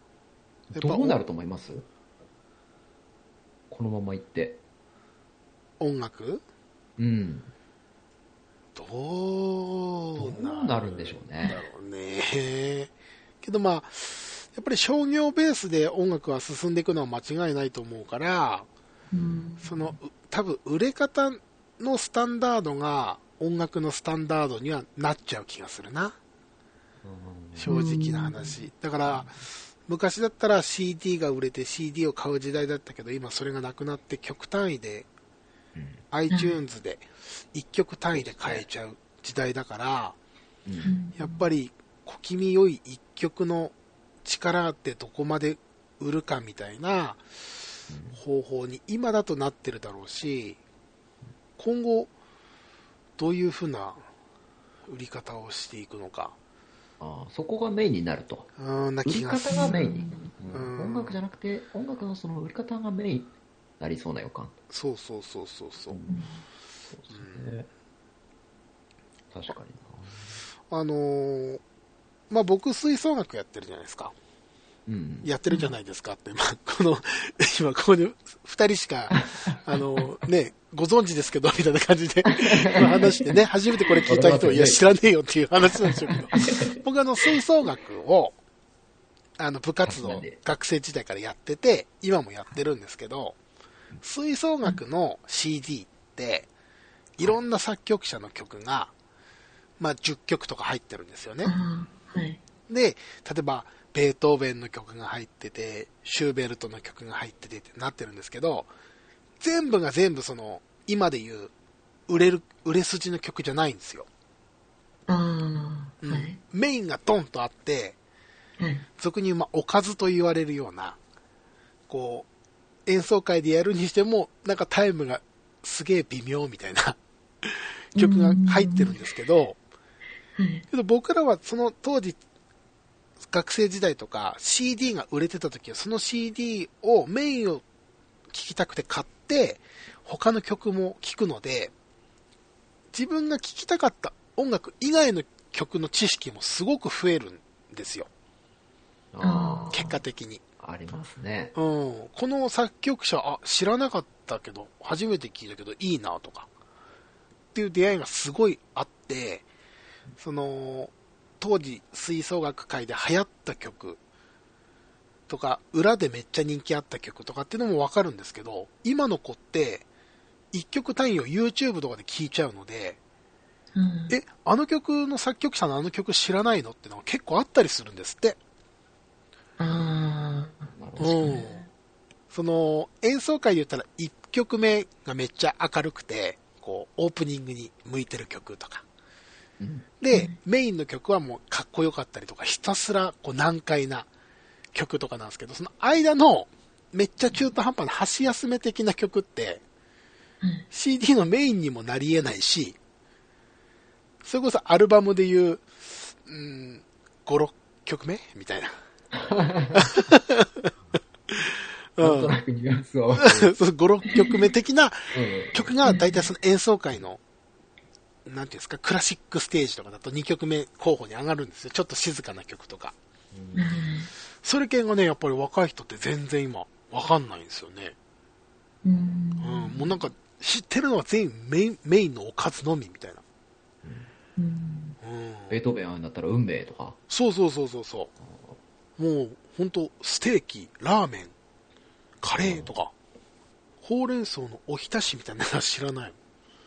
どうなると思います？このままいって。 音楽、 うん。 どうなるんでしょうね。 だろうね。けどまあ、やっぱり商業ベースで音楽は進んでいくのは間違いないと思うから、その多分売れ方のスタンダードが音楽のスタンダードにはなっちゃう気がするな。正直な話。だから、昔だったら CD が売れて CD を買う時代だったけど、今それがなくなって曲単位で、iTunes で1曲単位で買えちゃう時代だから、やっぱり小気味良い1曲の力ってどこまで売るかみたいな方法に今だとなってるだろうし、今後どういう風な売り方をしていくのか。 そこがメインになると。売り方がメインに、音楽じゃなくて音楽のその売り方がメインになりそうな予感。 そう、 そうですね、確かにまあ僕吹奏楽やってるじゃないですか。やってるじゃないですかって、まあ、今ここで2人しか、ね、ご存知ですけど、みたいな感じで話してね、初めてこれ聞いた人は、いや、知らねえよっていう話なんでしょうけど、僕吹奏楽を、部活動、学生時代からやってて、今もやってるんですけど、吹奏楽の CD って、いろんな作曲者の曲が、まあ、10曲とか入ってるんですよね。で、例えば、ベートーベンの曲が入ってて、シューベルトの曲が入っててってなってるんですけど、全部が全部今で言う、売れ筋の曲じゃないんですよ。メインがドンとあって、俗に言う、おかずと言われるような、こう、演奏会でやるにしても、なんかタイムがすげえ微妙みたいな曲が入ってるんですけど、けど僕らはその当時、学生時代とか CD が売れてた時はその CD をメインを聴きたくて買って他の曲も聴くので自分が聴きたかった音楽以外の曲の知識もすごく増えるんですよ。結果的に。 ありますね。 この作曲者、知らなかったけど、初めて聞いたけどいいなとかっていう出会いがすごいあって、当時吹奏楽界で流行った曲とか裏でめっちゃ人気あった曲とかっていうのもわかるんですけど、今の子って一曲単位を YouTube とかで聴いちゃうので、あの曲の作曲者のあの曲知らないのってのが結構あったりするんですって。演奏会で言ったら1曲目がめっちゃ明るくてこうオープニングに向いてる曲とかで、メインの曲はもうかっこよかったりとか、ひたすらこう難解な曲とかなんですけど、その間のめっちゃ中途半端な箸休め的な曲って、CD のメインにもなり得ないし、それこそアルバムでいう、5、6曲目みたいな。 なんとなくニュアンスは 5、6曲目的な曲が大体その演奏会のなんていうんですか、クラシックステージとかだと2曲目候補に上がるんですよ。ちょっと静かな曲とか。それ系がね、やっぱり若い人って全然今、わかんないんですよね。もうなんか、知ってるのは全員メインのおかずのみみたいな。 ベートーベンだったら運命とか。 そう。もう、ほんと、ステーキ、ラーメン、カレーとか、ほうれん草のおひたしみたいなのは知らない。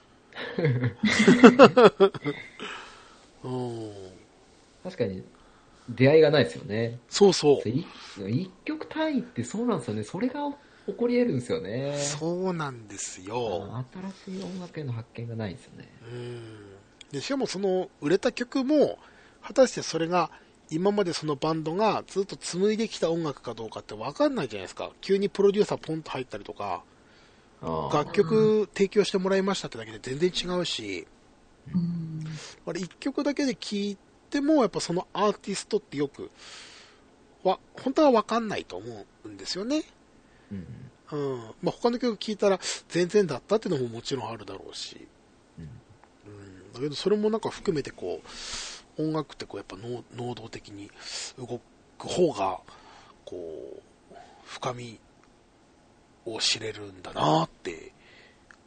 確かに出会いがないですよね。 そう一曲単位ってそうなんですよね。それが起こり得るんですよね。 そうなんですよ。 新しい音楽への発見がないんですよね。 でしかもその売れた曲も果たしてそれが今までそのバンドがずっと紡いできた音楽かどうかって分かんないじゃないですか。急にプロデューサーポンと入ったりとか楽曲提供してもらいましたってだけで全然違うし、あれ一曲だけで聴いてもやっぱそのアーティストってよく本当は分かんないと思うんですよね。他の曲聴いたら全然だったっていうのももちろんあるだろうし、だけどそれもなんか含めてこう音楽ってこうやっぱ能動的に動く方がこう深みを知れるんだなって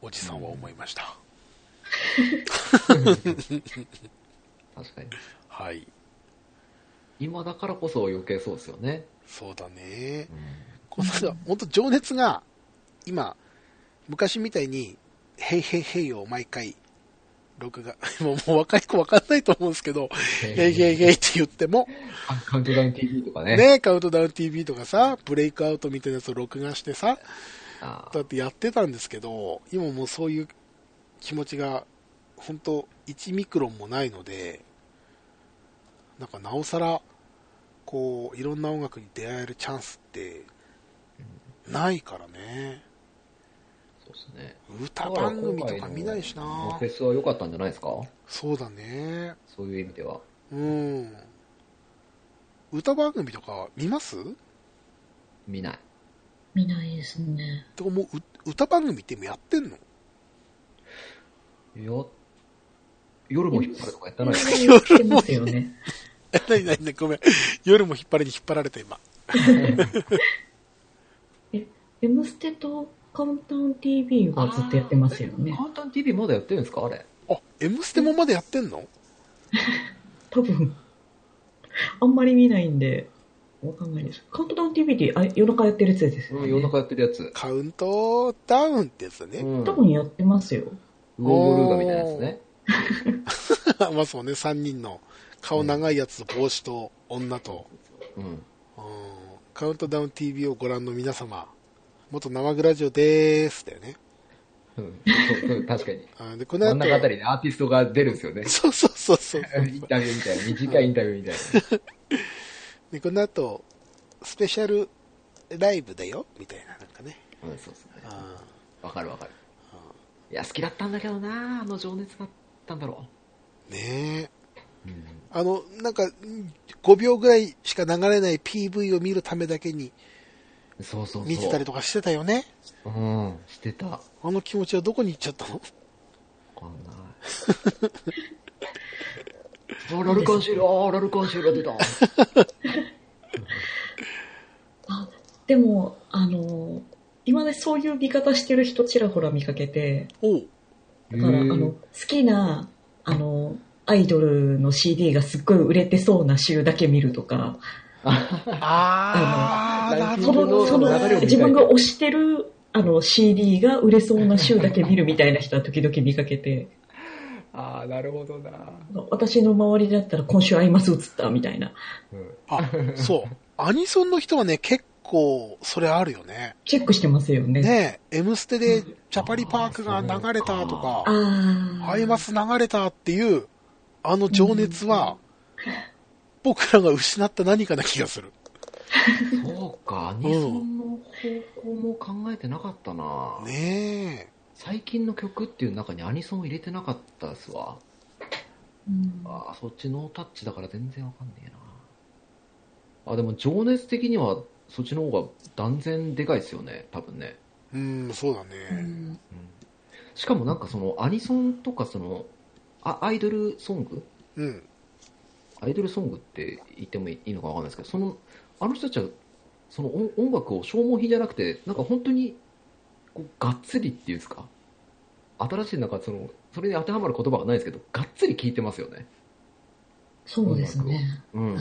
おじさんは思いました。 確かに。 はい。 今だからこそ余計そうですよね。 そうだね。この人は本当情熱が、今、昔みたいに、ヘイヘイヘイを毎回、録画、もう若い子わかんないと思うんですけど、ヘイヘイヘイって言っても、 カウントダウン TV とかね。 ね、カウントダウン TV とかさ、ブレイクアウトみたいなやつを録画してさ、だってやってたんですけど、今もうそういう気持ちが、本当1ミクロンもないので、なんかなおさら、こう、いろんな音楽に出会えるチャンスって、ないからね。 そうですね。 歌番組とか見ないしな。 フェスは良かったんじゃないですか？ そうだね。 そういう意味では。 うん。歌番組とか見ます？ 見ない。 見ないですね。 てかもう歌番組ってやってんの？ いや、夜も引っ張るとかやったないですか？ やってますよね。 何ごめん。夜も引っ張りに引っ張られた今。 M ステとカウンタウン TV はずっとやってますよね。 カウンタウン TV まだやってるんですかあれ？ あ、M ステもまだやってんの？ 多分、あんまり見ないんで、わかんないです。カウントダウン TV って夜中やってるやつですよね。 夜中やってるやつ。 カウントダウンってやつね。 多分やってますよ。 ウォールーガみたいなやつね。 まあそうね、3人の顔長いやつと帽子と女と、カウントダウン TV をご覧の皆様、元生グラジオでーすだよね。 確かに。 でこの真ん中あたりにアーティストが出るんですよね。 そう。 インタビューみたいな、短いインタビューみたいな。 で、この後、スペシャルライブだよ、みたいな、なんかね。 そうですね。わかる。いや、好きだったんだけどな、あの情熱だったんだろう。ねえ。なんか、5秒ぐらいしか流れない PV を見るためだけに、 そう見てたりとかしてたよね。 してた。 あの気持ちはどこに行っちゃったの？ わかんない。ラルカンシーラ出た。 でも、今ね、そういう見方してる人ちらほら見かけて、だから、好きな、アイドルの CD がすっごい売れてそうな週だけ見るとか、自分が推してる、CD が売れそうな週だけ見るみたいな人は時々見かけて、 なるほどな。 私の周りだったら今週アイマス映ったみたいな。 そう。アニソンの人はね、結構、それあるよね。 チェックしてますよね。 ねえ、M ステでチャパリパークが流れたとか、アイマス流れたっていう、あの情熱は、僕らが失った何かな気がする。 そうか、アニソンの方向も考えてなかったな。 ねえ。 最近の曲っていう中にアニソンを入れてなかったですわ。そっちノータッチだから全然わかんねえな。でも情熱的にはそっちの方が断然でかいですよね、多分ね。 そうだね。 しかもなんかそのアニソンとかそのアイドルソング、アイドルソングって言ってもいいのかわかんないですけど、あの人たちはその音楽を消耗品じゃなくて、なんか本当にこうがっつりっていうんですか、新しいなんかそれに当てはまる言葉がないですけど、がっつり聴いてますよね。 そうですね。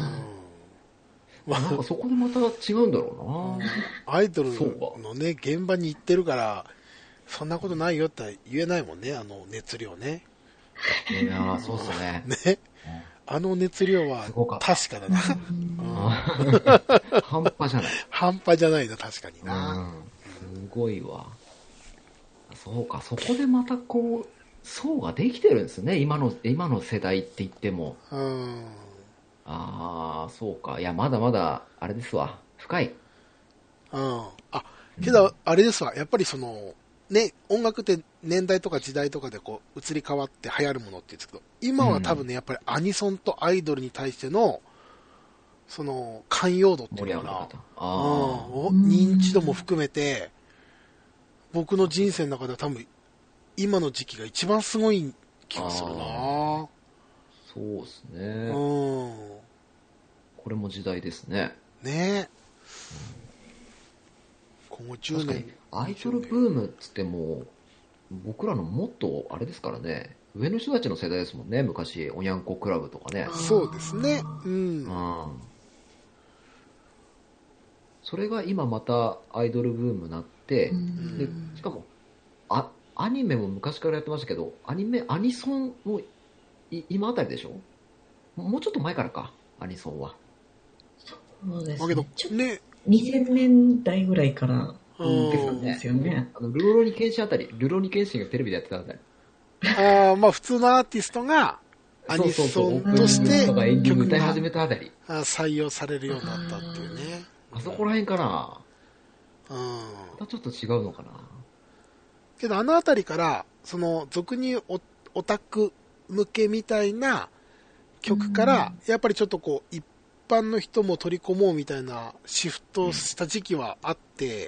なんかそこでまた違うんだろうな。 アイドルのね、現場に行ってるから、そんなことないよって言えないもんね、あの熱量ね。 いやそうっすね。 ね。あの熱量は確かだな。 半端じゃない。 半端じゃないな、確かにな。 すごいわ。そうか、そこでまたこう、層ができてるんですね、今の世代って言っても。そうか。いや、まだまだ、あれですわ。深い。 けど、あれですわ。やっぱりね、音楽って年代とか時代とかでこう、移り変わって流行るものって言うんですけど、今は多分ね、やっぱりアニソンとアイドルに対しての、寛容度っていうのかな。認知度も含めて、僕の人生の中では多分、今の時期が一番すごい気がするな。 そうですね。これも時代ですね。 ねえ。今後10年。 アイドルブームっつっても、 僕らのもっと、あれですからね、上の人たちの世代ですもんね、昔、おにゃんこクラブとかね。 そうですね。うん。 それが今またアイドルブームになって、でしかもアニメも昔からやってましたけど、アニソンも今あたりでしょ？もうちょっと前からか、アニソンは。 そうですね。 ね。2000年代ぐらいからですよね。ルローニケンシンあたり、ルローニケンシンがテレビでやってたあたり。 まあ普通のアーティストがアニソンとして曲歌い始めたあたり。 採用されるようになったっていうね。 あそこら辺かな。またちょっと違うのかな。 けどあのあたりから、その俗にオタク向けみたいな曲から、やっぱりちょっとこう一般の人も取り込もうみたいなシフトした時期はあって、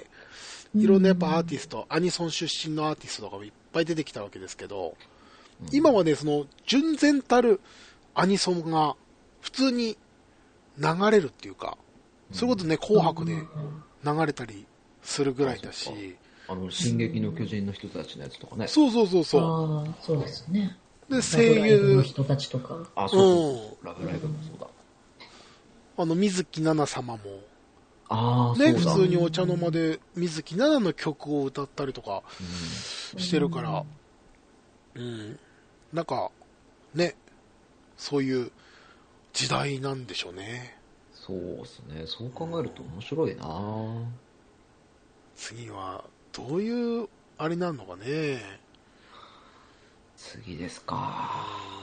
いろんなやっぱアーティスト、アニソン出身のアーティストとかもいっぱい出てきたわけですけど、今はね、その純然たるアニソンが普通に流れるっていうか、そういうことね、紅白で流れたりするぐらいだし、 進撃の巨人の人たちのやつとかね。 そう。 そうですね。 で、声優の人たちとか。 そう。ラブライブもそうだ。水木奈々様も。 ね、 普通にお茶の間で水木奈々の曲を歌ったりとかしてるから、なんか、ね、そういう時代なんでしょうね。 そうですね。そう考えると面白いな。 次は、どういう、あれなのかね。 次ですか。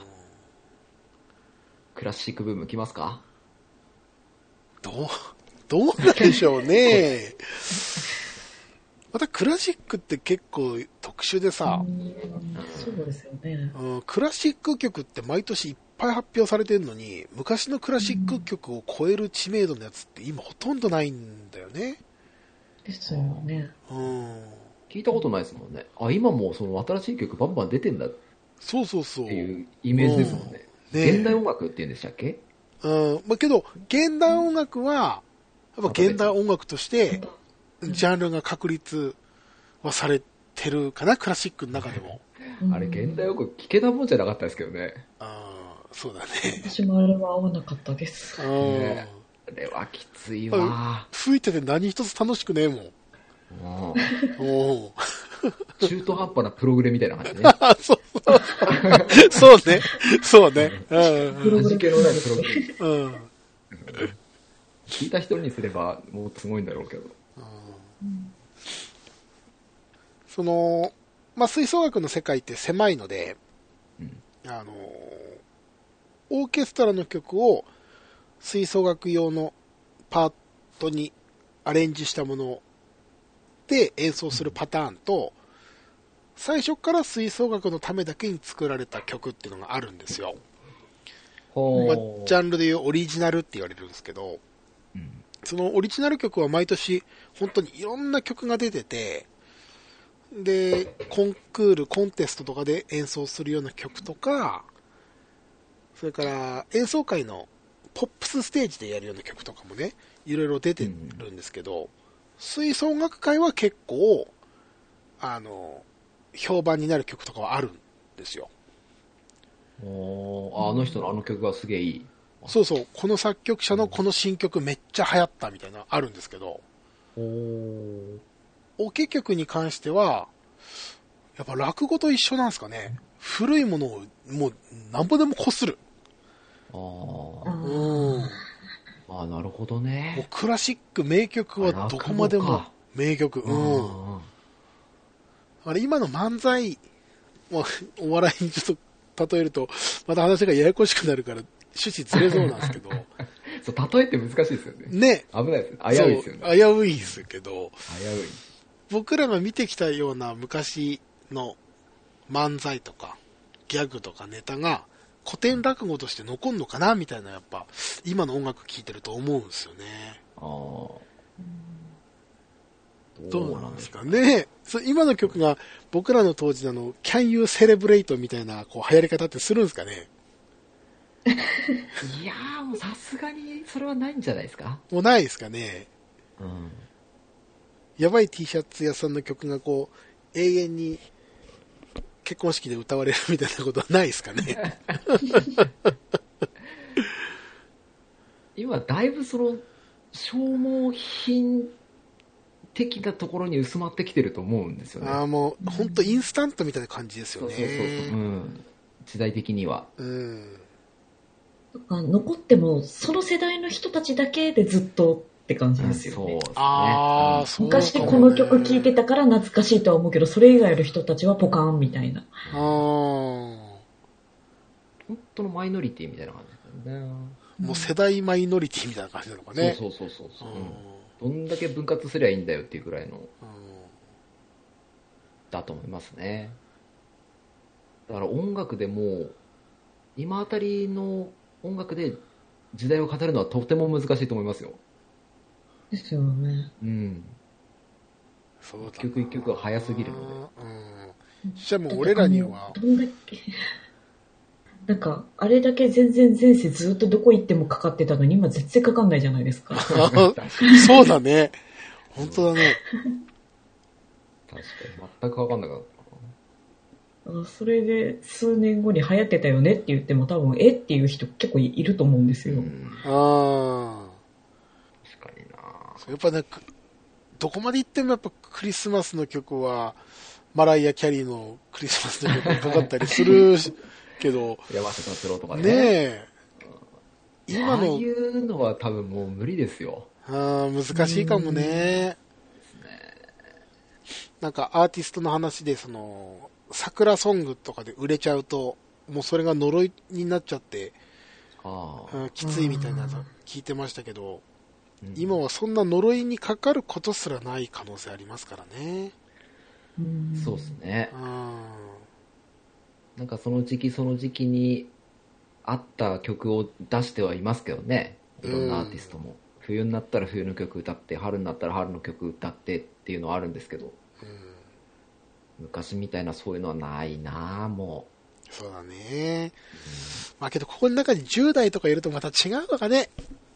クラシックブーム来ますか？ どうなんでしょうね。またクラシックって結構特殊でさ、 そうですよね。 クラシック曲って毎年いっぱい発表されてるのに、昔のクラシック曲を超える知名度のやつって今ほとんどないんだよね。 ですよね。 聞いたことないですもんね。今もその新しい曲バンバン出てんだっていうイメージですもんね。現代音楽って言うんでしたっけ？ まあ、けど、現代音楽は、やっぱ現代音楽として、ジャンルが確立はされてるかな、クラシックの中でも。 あれ、現代音楽聞けたもんじゃなかったですけどね。 そうだね。 私もあれは合わなかったです。 あれはきついわ。 吹いてて何一つ楽しくねえもん。 中途半端なプログレみたいな感じね。 そうね。そうね。 プログレ系のないプログレ。聞いた人にすればもっとすごいんだろうけど。 その、まあ、吹奏楽の世界って狭いので、オーケストラの曲を吹奏楽用のパートにアレンジしたもので演奏するパターンと、最初から吹奏楽のためだけに作られた曲っていうのがあるんですよ。まあ、ジャンルでいうオリジナルって言われるんですけど、そのオリジナル曲は毎年本当にいろんな曲が出てて、で、コンテストとかで演奏するような曲とか、それから演奏会のポップスステージでやるような曲とかもね、いろいろ出てるんですけど、吹奏楽界は結構、評判になる曲とかはあるんですよ。 あの人のあの曲がすげえいい。 そうそう、この作曲者のこの新曲めっちゃ流行ったみたいなあるんですけど、オケ曲に関しては、やっぱ落語と一緒なんですかね。古いものをもうなんぼでもこする。 なるほどね。 もうクラシック名曲はどこまでも名曲。あれ今の漫才、お笑いにちょっと例えると、また話がややこしくなるから趣旨ずれそうなんですけど。 そう、例えって難しいですよね。 ね。 危ないですね。危ういですよね。 危ういですけど。 危うい。 僕らが見てきたような昔の漫才とかギャグとかネタが古典落語として残るのかなみたいな、やっぱ今の音楽聴いてると思うんですよね。どうなんですかね。今の曲が僕らの当時の Can You Celebrate みたいなこう流行り方ってするんですかね。 いやー、もうさすがにそれはないんじゃないですか。 もうないですかね。やばい T シャツ屋さんの曲がこう永遠に結婚式で歌われるみたいなことはないですかね。 今、だいぶその、消耗品的なところに薄まってきてると思うんですよね。 もう、本当インスタントみたいな感じですよね。 そう。うん。時代的には。 残っても、その世代の人たちだけでずっとって感じですよね。 そうですね。 そう昔この曲聴いてたから懐かしいとは思うけど、それ以外の人たちはポカーンみたいな。 本当のマイノリティみたいな感じですよね。 もう世代マイノリティみたいな感じなのかね。 そう。どんだけ分割すりゃいいんだよっていうくらいの、だと思いますね。だから音楽でも、今あたりの音楽で時代を語るのはとても難しいと思いますよ。 ですよね。 そうだな。 一曲一曲が早すぎるので。 じゃあもう俺らには。 どんだけ、なんか、あれだけ全然前世ずっとどこ行ってもかかってたのに、今絶対かかんないじゃないですか。 そうだね。本当だね。 確かに、全くかかんなかった。 それで数年後に流行ってたよねって言っても多分、っていう人結構いると思うんですよ。 確かにな。 やっぱね、どこまで行ってもやっぱクリスマスの曲は、マライア・キャリーのクリスマスの曲がかかったりするけど、 山下達郎とかね。 ねえ。 今の。ああいうのは多分もう無理ですよ。 難しいかもね。なんかアーティストの話で、桜ソングとかで売れちゃうと、もうそれが呪いになっちゃって、きついみたいなの聞いてましたけど、今はそんな呪いにかかることすらない可能性ありますからね。 そうですね。なんかその時期その時期に合った曲を出してはいますけどね。いろんなアーティストも。冬になったら冬の曲歌って、春になったら春の曲歌ってっていうのはあるんですけど、昔みたいなそういうのはないなぁ、もう。そうだね。まあけどここの中に10代とかいるとまた違うのかね。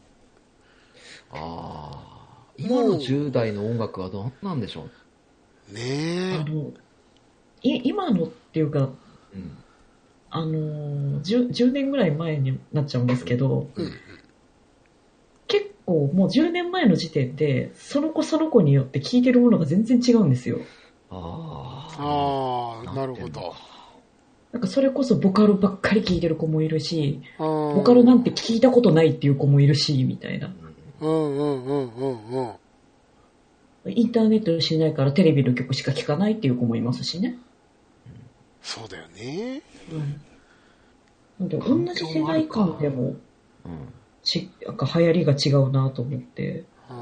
今の10代の音楽はどうなんでしょうね。 今のっていうか、10年ぐらい前になっちゃうんですけど、結構もう10年前の時点でその子その子によって聴いてるものが全然違うんですよ。 なるほど。 なんかそれこそボカロばっかり聴いてる子もいるし、ボカロなんて聞いたことないっていう子もいるし、みたいな。インターネットしないからテレビの曲しか聴かないっていう子もいますしね。 そうだよね。 なんで同じ世代間でも、なんか流行りが違うなと思って。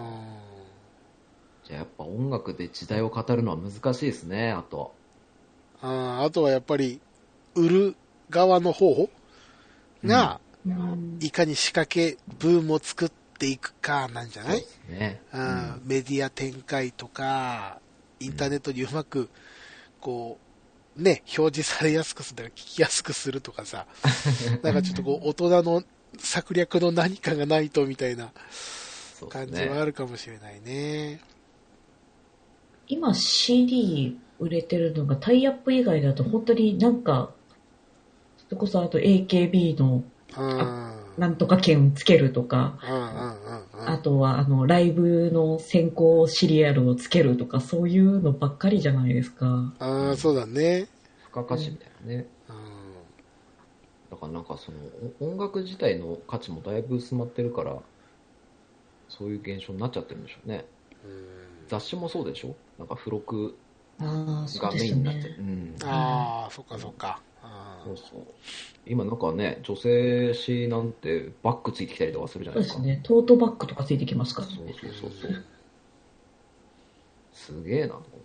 じゃあやっぱ音楽で時代を語るのは難しいですね、あと。 あとはやっぱり、売る側の方が、いかに仕掛け、ブームを作っていくかなんじゃない？そうですね。メディア展開とか、インターネットにうまく、こう、ね、表示されやすくするとか、聞きやすくするとかさ、なんかちょっとこう、大人の策略の何かがないとみたいな感じはあるかもしれないね。 今 CD 売れてるのがタイアップ以外だと本当になんか、それこそあと AKB のなんとか券つけるとか、あとはライブの先行シリアルをつけるとか、そういうのばっかりじゃないですか。 そうだね。 付加価値みたいなね。だからなんかその音楽自体の価値もだいぶ薄まってるから、そういう現象になっちゃってるんでしょうね。雑誌もそうでしょ？なんか付録がメインになっちゃう。 そっかそっか。 そうそう。今なんかね、女性誌なんてバッグついてきたりとかするじゃないですか。 そうですね。トートバッグとかついてきますからね。 そう。すげえなと思って。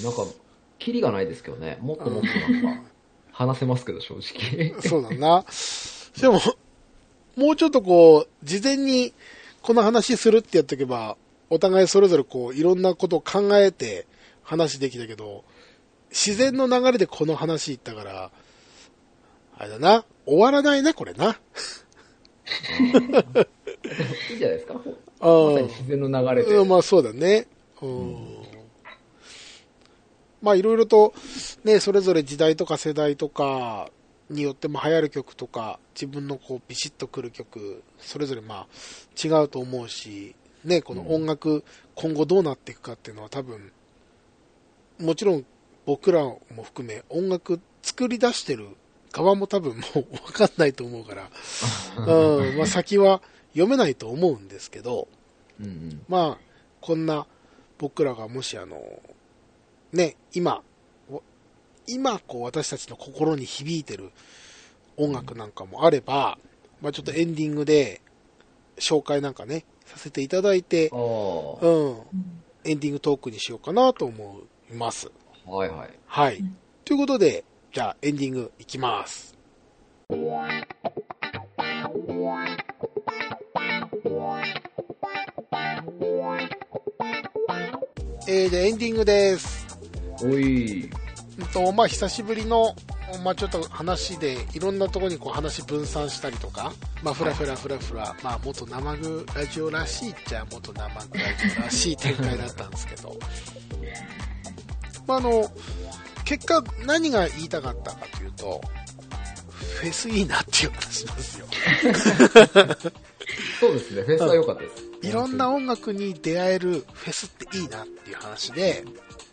なんか、キリがないですけどね。もっともっとなんか、話せますけど、正直。 そうだな。でも、もうちょっとこう、事前にこの話するってやっておけば、お互いそれぞれこう、いろんなことを考えて話できたけど、自然の流れでこの話いったから、あれだな、終わらないね、これな。 いいじゃないですか。まさに自然の流れで。 まあそうだね。 まあいろいろとね、それぞれ時代とか世代とかによっても流行る曲とか、自分のこうビシッとくる曲、それぞれまあ違うと思うし、ね、この音楽、今後どうなっていくかっていうのは多分、もちろん僕らも含め音楽作り出してる側も多分もう分かんないと思うから、まあ先は読めないと思うんですけど、まあこんな僕らがもしね、今こう私たちの心に響いてる音楽なんかもあれば、まあちょっとエンディングで紹介なんかね、させていただいて、エンディングトークにしようかなと思います。 はいはい。 はい。ということで、じゃあエンディングいきます。で、エンディングです。 おい。 まあ久しぶりの、まあちょっと話で、いろんなところにこう話分散したりとか、まあふらふら、まあ元生具ラジオらしいっちゃ元生具ラジオらしい展開だったんですけど、まあ結果何が言いたかったかというと、フェスいいなっていう話なんですよ。 そうですね、フェスは良かったです。 いろんな音楽に出会えるフェスっていいなっていう話で、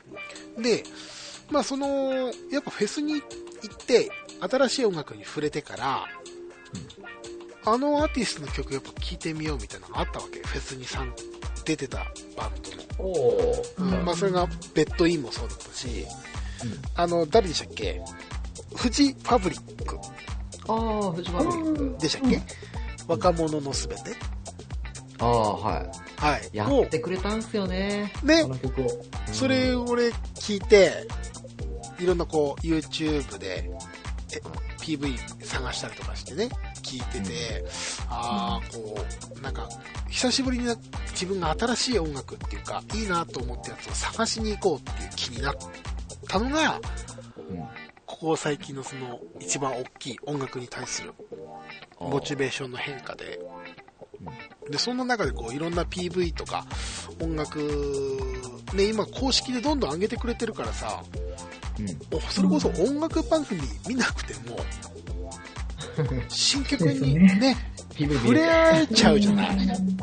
まあやっぱフェスに行って新しい音楽に触れてから、あのアーティストの曲やっぱ聴いてみようみたいなのがあったわけ。フェスに出てたバンドの。まあそれがベッドインもそうだったし、誰でしたっけ？フジファブリック。 フジファブリック。 でしたっけ？若者のすべて。 はい。 はい。 やってくれたんすよね。 ね。 この曲を。 それ俺聞いて、いろんなこう YouTube でPV 探したりとかしてね、聞いてて、こう、なんか、久しぶりに自分が新しい音楽っていうか、いいなと思ったやつを探しに行こうっていう気になったのが、ここ最近のその一番大きい音楽に対するモチベーションの変化で、で、そんな中でこういろんな PV とか音楽、ね、今公式でどんどん上げてくれてるからさ、それこそ音楽番組見なくても、新曲にね、触れ合えちゃうじゃない。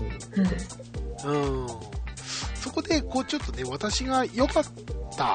そこでこうちょっとね、私が良かった、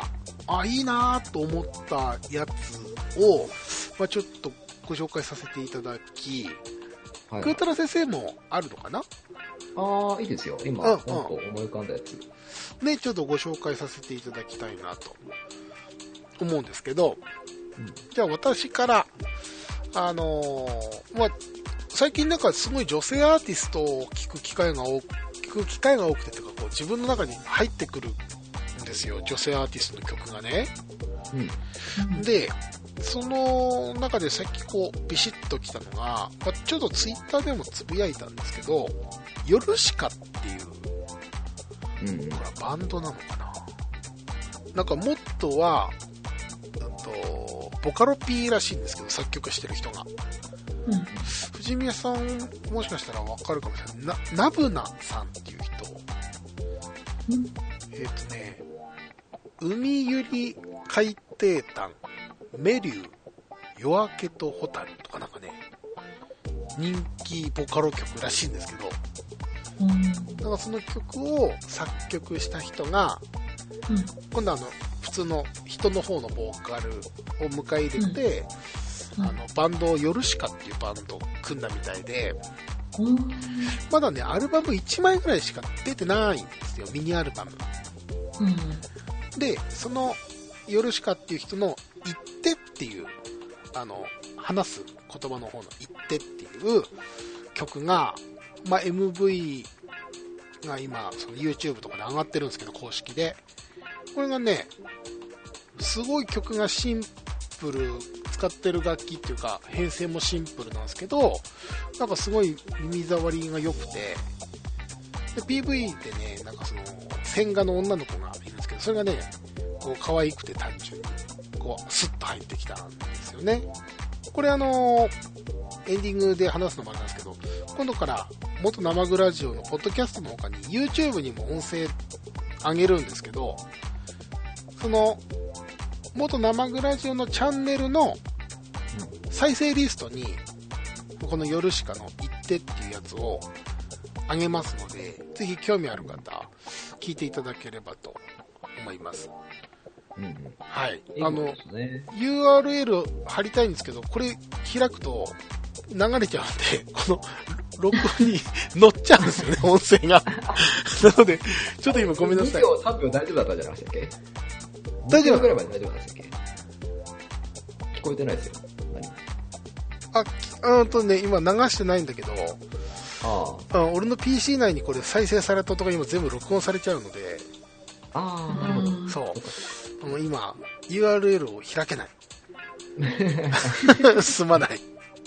いいなと思ったやつを、まあ、ちょっとご紹介させていただき、クータラ先生もあるのかな？ いいですよ。今、思い浮かんだやつ。 ね、ちょっとご紹介させていただきたいなと思うんですけど、じゃあ私から、まあ、最近なんかすごい女性アーティストを聞く機会が多くてというか、こう自分の中に入ってくるんですよ、女性アーティストの曲がね。で、その中でさっきこうビシッときたのが、まあ、ちょっとツイッターでもつぶやいたんですけど、ヨルシカっていう、これはバンドなのかな、なんかモットーはボカロ P らしいんですけど、作曲してる人が、藤宮さんもしかしたらわかるかもしれない。ナブナさんっていう人、海ゆり海底端メリュー夜明けとホタルとかなんかね、人気ボカロ曲らしいんですけど、だからその曲を作曲した人が、今度普通の人の方のボーカルを迎え入れて、バンドヨルシカっていうバンドを組んだみたいで、まだねアルバム1枚ぐらいしか出てないんですよ、ミニアルバム。で、そのヨルシカっていう人の言ってっていう話す言葉の方の言ってっていう曲が、まあ、MV が今その YouTube とかで上がってるんですけど、公式でこれがね、すごい曲がシンプル、使ってる楽器っていうか編成もシンプルなんですけど、なんかすごい耳障りが良くて、で PV でね、なんかその線画の女の子がいるんですけど、それがねこう可愛くて単純にこうスッと入ってきたんですよね。これエンディングで話すのもあれなんですけど、今度から元生グラジオのポッドキャストの他に YouTube にも音声上げるんですけど、その元生グラジオのチャンネルの再生リストに、このヨルシカの言ってっていうやつをあげますので、ぜひ興味ある方、聞いていただければと思います。はい。URL 貼りたいんですけど、これ開くと流れちゃうんで、この録音に乗っちゃうんですよね、音声が。なので、ちょっと今ごめんなさい。 2秒、3秒大丈夫だったんじゃなかったっけ？ 大丈夫。 ぐらいまで大丈夫でしたっけ？聞こえてないですよ。 今流してないんだけど、俺の PC 内にこれ再生された音が今全部録音されちゃうので、 なるほど。 そう。今、URL を開けない。すまない。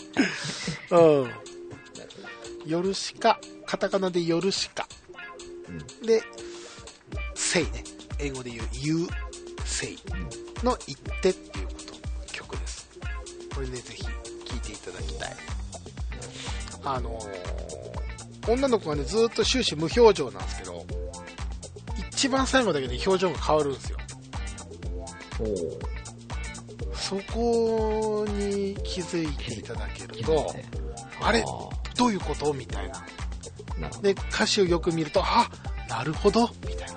ヨルシカ、カタカナでヨルシカ。で、セイね。英語で言う You Say の言ってっていう曲です。これね、ぜひ聴いていただきたい。女の子がね、ずーっと終始無表情なんですけど、一番最後だけで表情が変わるんですよ。そこに気づいていただけると、あれどういうことみたいな。で、歌詞をよく見ると、なるほどみたいなね。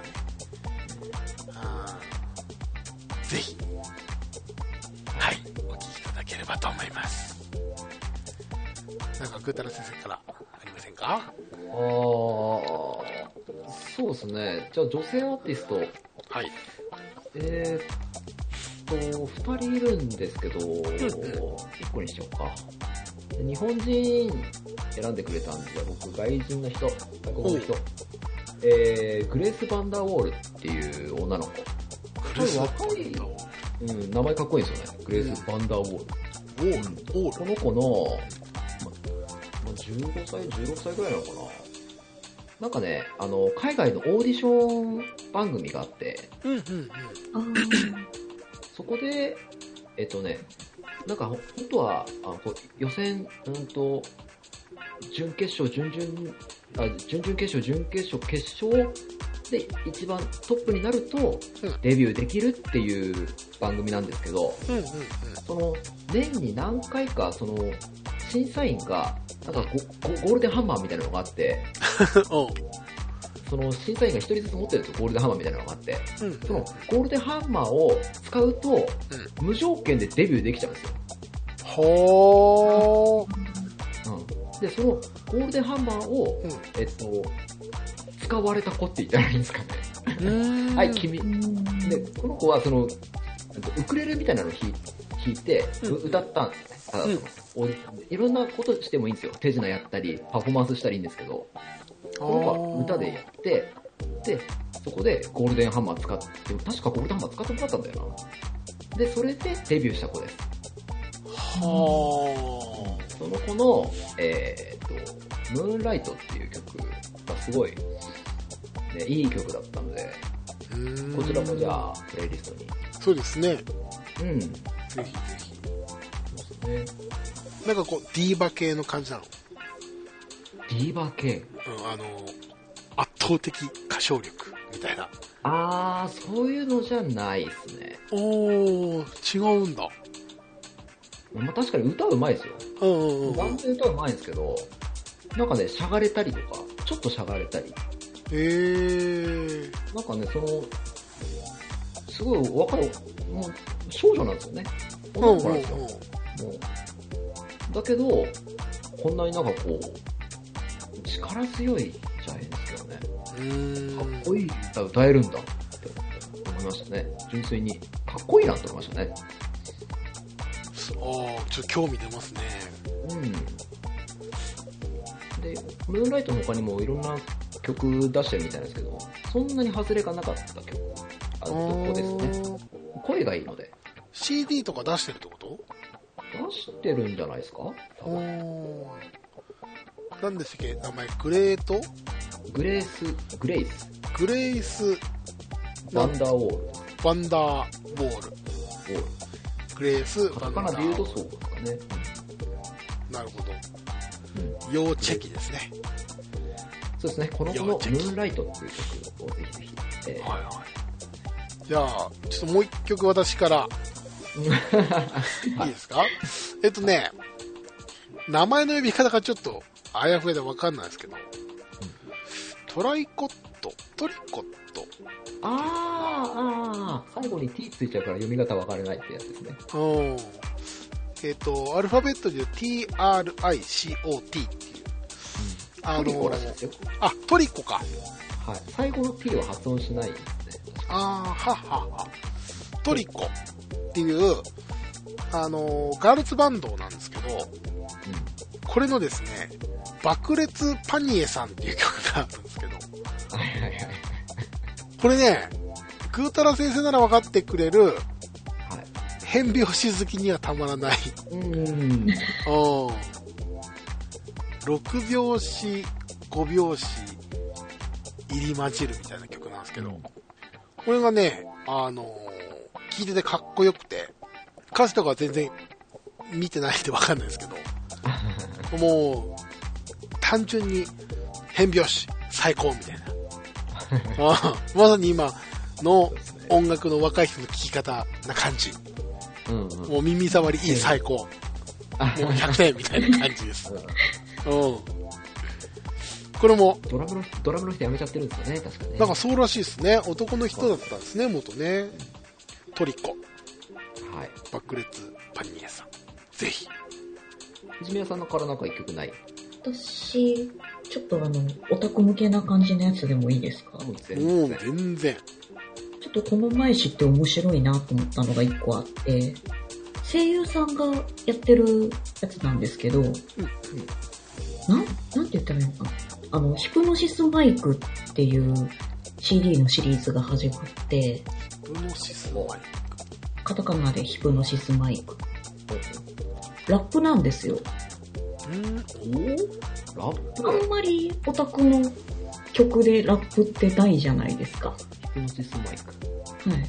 ぜひ、はい、お聞きいただければと思います。なんか、ぐーたら先生からありませんか？ そうですね。じゃあ、女性アーティスト。 はい。 2人いるんですけど、1個にしようか。日本人選んでくれたんで、僕、外国の人。グレース・バンダーウォールっていう女の子。若い、名前かっこいいんですよね。グレース・バンダーウォール。この子の、15歳、16歳ぐらいなのかな。なんかね、海外のオーディション番組があって、そこで、なんか本当は予選、準決勝、準々決勝、準決勝、決勝で一番トップになるとデビューできるっていう番組なんですけど、その年に何回かその審査員がなんかゴールデンハンマーみたいなのがあってその審査員が一人ずつ持ってるんですよ、ゴールデンハンマーみたいなのがあって、そのゴールデンハンマーを使うと、無条件でデビューできちゃうんですよ。で、そのゴールデンハンマーを、使われた子って言ったらいいんですかね。はい、君。で、この子はその、ウクレレみたいなのを弾いて、歌ったんですね。いろんなことしてもいいんですよ。手品やったり、パフォーマンスしたらいいんですけど、この子は歌でやって、で、そこでゴールデンハンマー使って、確かゴールデンハンマー使ってもらったんだよな。で、それでデビューした子です。その子の、ムーンライトっていう曲がすごい、ね、いい曲だったので、こちらもじゃあ、プレイリストに。 そうですね。ぜひぜひ。 そうですね。 なんかこう、ディーバ系の感じなの？ ディーバ系？ 圧倒的歌唱力みたいな。 そういうのじゃないですね。 違うんだ。 まあ、確かに歌うまいですよ。完全に歌うまいんですけど、なんかね、しゃがれたりとか、ちょっとしゃがれたり。なんかね、すごい若い、もう少女なんですよね。女の子なんですよ。だけど、こんなになんかこう、力強いじゃないですけどね。かっこいい歌えるんだって思いましたね。純粋に。かっこいいなって思いましたね。 ちょっと興味出ますね。 で、ムーンライトの他にもいろんな曲出してるみたいですけど、そんなに外れがなかった曲。とこですね。声がいいので。 CD とか出してるってこと？ 出してるんじゃないですか？ 何でしたっけ名前？グレイスワンダーウォール。 グレースワンダーウォール。 カタカナで言うとそうですかね。 なるほど。要チェキですね。 そうですね。この子のムーンライトっていう曲をぜひぜひ。 じゃあ、ちょっともう一曲私から。いいですか？名前の呼び方がちょっとあやふやでわかんないですけど、トリコット。 最後に T ついちゃうから読み方わからないってやつですね。 アルファベットで言う TRICOT っていう。 トリコらしいですよ。 トリコか。 はい。最後の T は発音しないですね。 トリコっていう、ガールズバンドなんですけど、これのですね、爆裂パニエさんっていう曲があるんですけど、これね、グータラ先生なら分かってくれる、変拍子好きにはたまらない。6拍子、5拍子、入り混じるみたいな曲なんですけど、これがね、聴いててかっこよくて、歌詞とかは全然見てないんで分かんないですけど、もう、単純に変拍子、最高みたいな。まさに今の音楽の若い人の聴き方な感じ。もう耳障りいい最高。もう100点みたいな感じです。これもドラムの人辞めちゃってるんですよね、確かね。 なんかそうらしいですね。男の人だったんですね、元ね。トリコ。 はい。 爆裂パニエさん。ぜひ。 藤宮さんのからなんか一曲ない？ 私、ちょっとオタク向けな感じのやつでもいいですか？ 全然。 ちょっとこの前知って面白いなと思ったのが一個あって、声優さんがやってるやつなんですけど、なんて言ったらいいのかな。ヒプノシスマイクっていう CD のシリーズが始まって、 ヒプノシスマイク。 カタカナでヒプノシスマイク。ラップなんですよ。 ラップ？ あんまりオタクの曲でラップってないじゃないですか。 ヒプノシスマイク。 はい。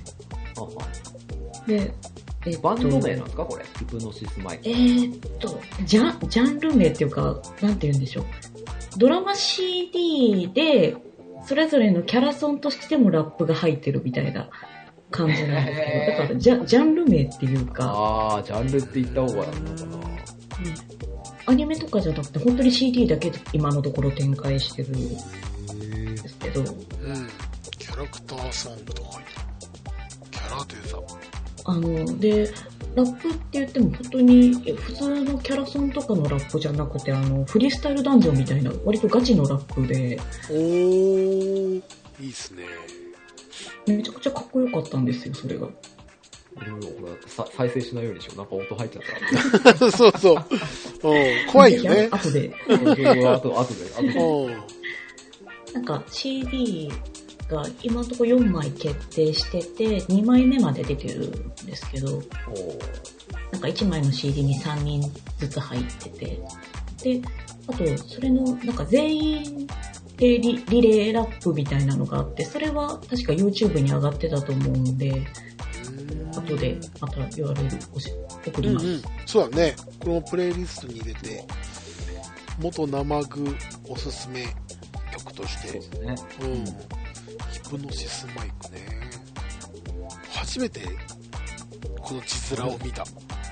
で、 バンド名なんですかこれ？ヒプノシスマイク。 ジャンル名っていうか、なんて言うんでしょう。ドラマ CD で、それぞれのキャラソンとしてもラップが入ってるみたいな感じなんですけど、だからジャンル名っていうか。 ジャンルって言った方がいいのかな。 アニメとかじゃなくて、本当に CD だけで今のところ展開してるんですけど。 キャラクターソングとか入ってる。キャラデザ。 で、ラップって言っても本当に普通のキャラソンとかのラップじゃなくて、フリースタイルダンジョンみたいな、割とガチのラップで。 いいっすね。 めちゃくちゃかっこよかったんですよ、それが。 再生しないようにしよう。なんか音入っちゃった。 そう。怖いよね。 後で。 後で。 なんか CD が今のところ4枚決定してて、2枚目まで出てるんですけど、なんか1枚の CD に3人ずつ入ってて、で、あとそれのなんか全員でリレーラップみたいなのがあって、それは確か YouTube に上がってたと思うんで、後でまた URL 送ります。 そうだね。このプレイリストに入れて、元生具おすすめ曲として、 そうですね。 ヒプノシスマイクね。初めてこの字面を見た。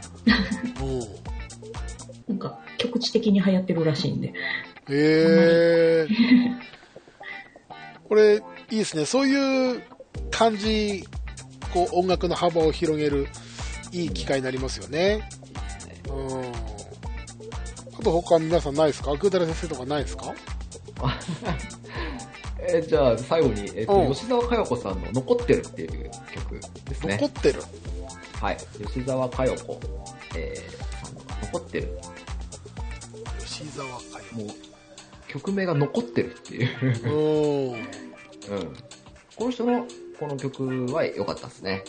なんか局地的に流行ってるらしいんで。 これいいですね。そういう感じ、こう音楽の幅を広げるいい機会になりますよね。あと他皆さんないですか？グータラ先生とかないですか？ じゃあ最後に、吉沢佳代子さんの残ってるっていう曲ですね。 残ってる。 はい。吉沢佳代子、さんの残ってる。 吉沢佳代子。 もう曲名が残ってるっていう。この人のこの曲は良かったですね。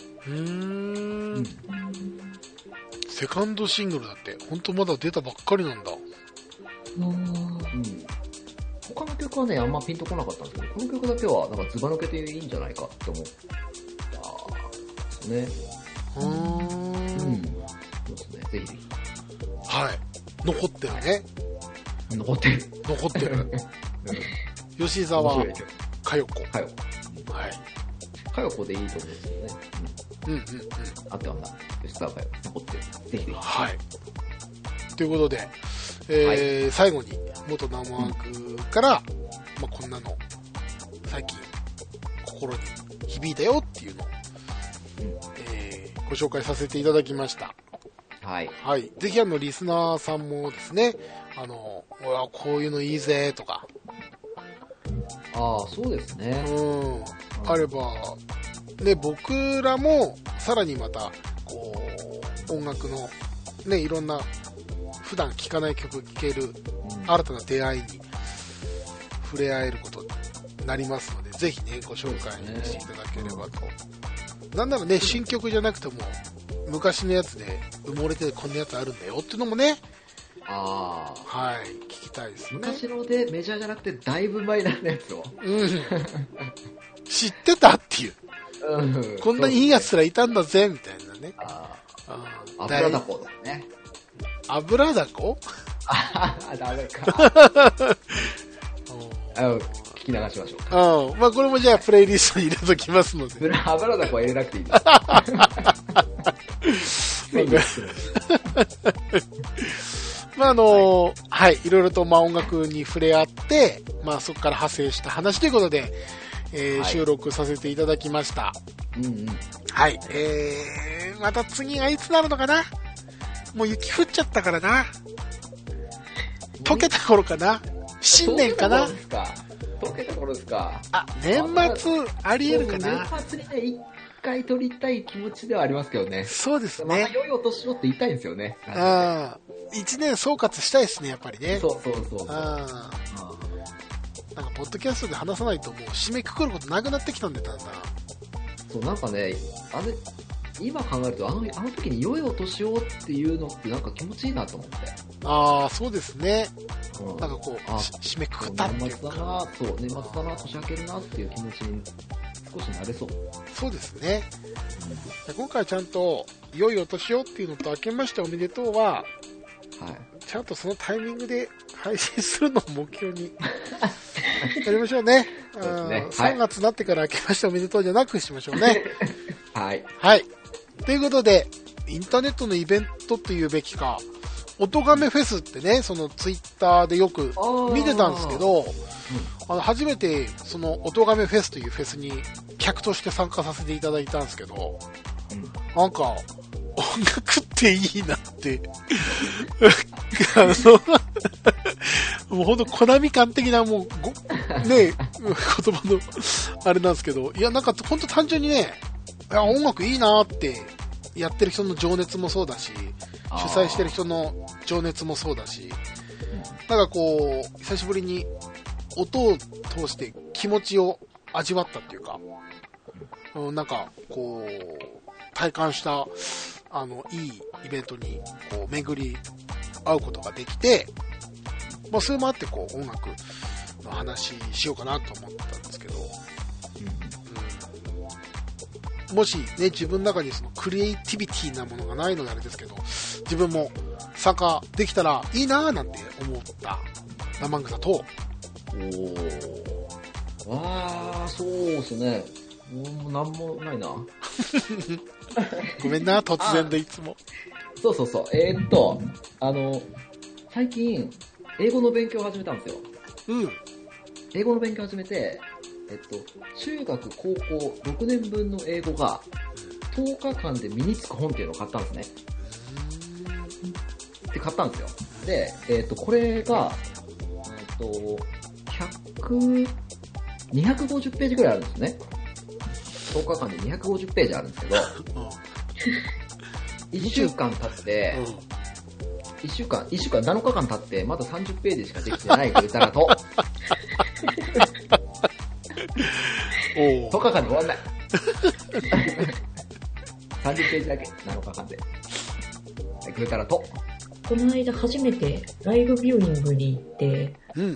セカンドシングルだって、本当まだ出たばっかりなんだ。 他の曲はね、あんまピンとこなかったんですけど、この曲だけはなんかズバ抜けていいんじゃないかって思ったんですね。そうですね、ぜひぜひ。 はい。残ってるね。 残ってる。 残ってる。吉沢佳代子。 はい。 佳代子でいいと思うんですよね。あってはな、吉川佳代子残ってる。ぜひぜひ。 はい。ということで、はい、最後に元生ワークから、まあ、こんなの最近心に響いたよっていうのを、ご紹介させていただきました。 はい。 はい。ぜひリスナーさんもですね、こういうのいいぜとか。 ああ、そうですね。 あれば、ね、僕らもさらにまた、こう、音楽のね、いろんな普段聴かない曲聴ける新たな出会いに触れ合えることになりますので、ぜひね、ご紹介していただければと。なんならね、新曲じゃなくても、昔のやつで埋もれてこんなやつあるんだよっていうのもね、はい、聞きたいですね。 昔のでメジャーじゃなくてだいぶマイナーなやつを。 知ってたっていう。こんなにいいやつらいたんだぜ、みたいなね。 油だこですね。 油だこ？ ダメか。聞き流しましょう。 まあこれもじゃあプレイリストに入れときますので。 油だこは入れなくていいです。 まあはい、いろいろとまあ音楽に触れ合って、まあそこから派生した話ということで、収録させていただきました。はい、また次がいつなるのかな？もう雪降っちゃったからな。溶けた頃かな？新年かな？ 溶けた頃ですか。 年末ありえるかな？ 年末にね、一回撮りたい気持ちではありますけどね。 そうですね。 また良いお年をって言いたいんですよね。 一年総括したいですね、やっぱりね。 そう。 なんか、ポッドキャストで話さないともう締めくくることなくなってきたんで、だんだん。 そう、なんかね、今考えると、あの時に良いお年をっていうのってなんか気持ちいいなと思って。 そうですね。なんかこう、締めくくったっていうか。 年末だな、年明けるなっていう気持ちに少しなれそう。 そうですね。今回ちゃんと、良いお年をっていうのと、明けましておめでとうは、ちゃんとそのタイミングで配信するのを目標にやりましょうね。3月になってから明けましておめでとうじゃなくしましょうね。 はい。 ということで、インターネットのイベントっていうべきか、音亀フェスってね、そのツイッターでよく見てたんですけど、初めてその音亀フェスというフェスに客として参加させていただいたんですけど、なんか、音楽っていいなってもうほんとコナミ感的なもうね、言葉のあれなんですけど、いやなんかほんと単純にね、音楽いいなってやってる人の情熱もそうだし、主催してる人の情熱もそうだし、なんかこう久しぶりに音を通して気持ちを味わったっていうか、なんかこう体感したいいイベントにこう巡り会うことができて、まあそれもあってこう音楽の話しようかなと思ったんですけど、もしね自分の中にそのクリエイティビティなものがないのであれですけど、自分も参加できたらいいなーなんて思った生草と、 そうですね。もうなんもないな。 ごめんな、突然でいつも。 そう。最近、英語の勉強を始めたんですよ。英語の勉強を始めて、中学、高校、6年分の英語が、10日間で身につく本っていうのを買ったんですね。で、買ったんですよ。で、これが、250ページぐらいあるんですね。10日間で250ページあるんですけど、1週間経って、1週間、7日間経って、まだ30ページしかできてないと言ったらと、10日間で終わんない。30ページだけ、7日間で。くれたらと。 この間初めてライブビューイングに行って、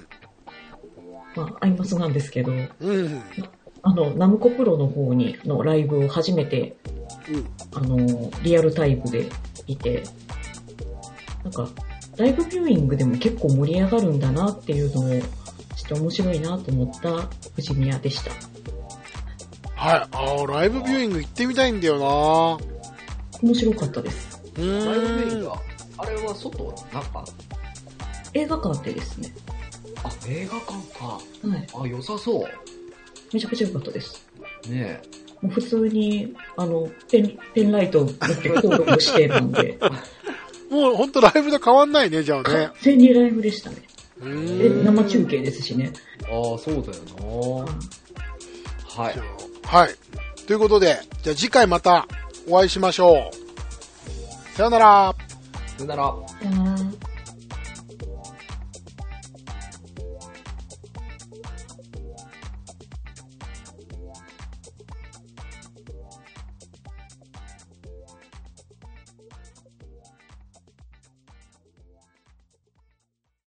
アイマスなんですけど、ナムコプロの方のライブを初めて、リアルタイプでいて、なんか、ライブビューイングでも結構盛り上がるんだなっていうのを、ちょっと面白いなと思った藤宮でした。 はい。ライブビューイング行ってみたいんだよな。 面白かったです。 ライブビューイングは、あれは外中映画館でですね。 あ、映画館か。 はい。 あ、良さそう。 めちゃくちゃ良かったです。 ねえ。もう普通に、ペンライト持って登録してたんで。 もうほんとライブと変わんないね、じゃあね。 完全にライブでしたね。生中継ですしね。 ああ、そうだよな。はい。 はい。ということで、じゃあ次回またお会いしましょう。さよなら。 さよなら。 さよなら。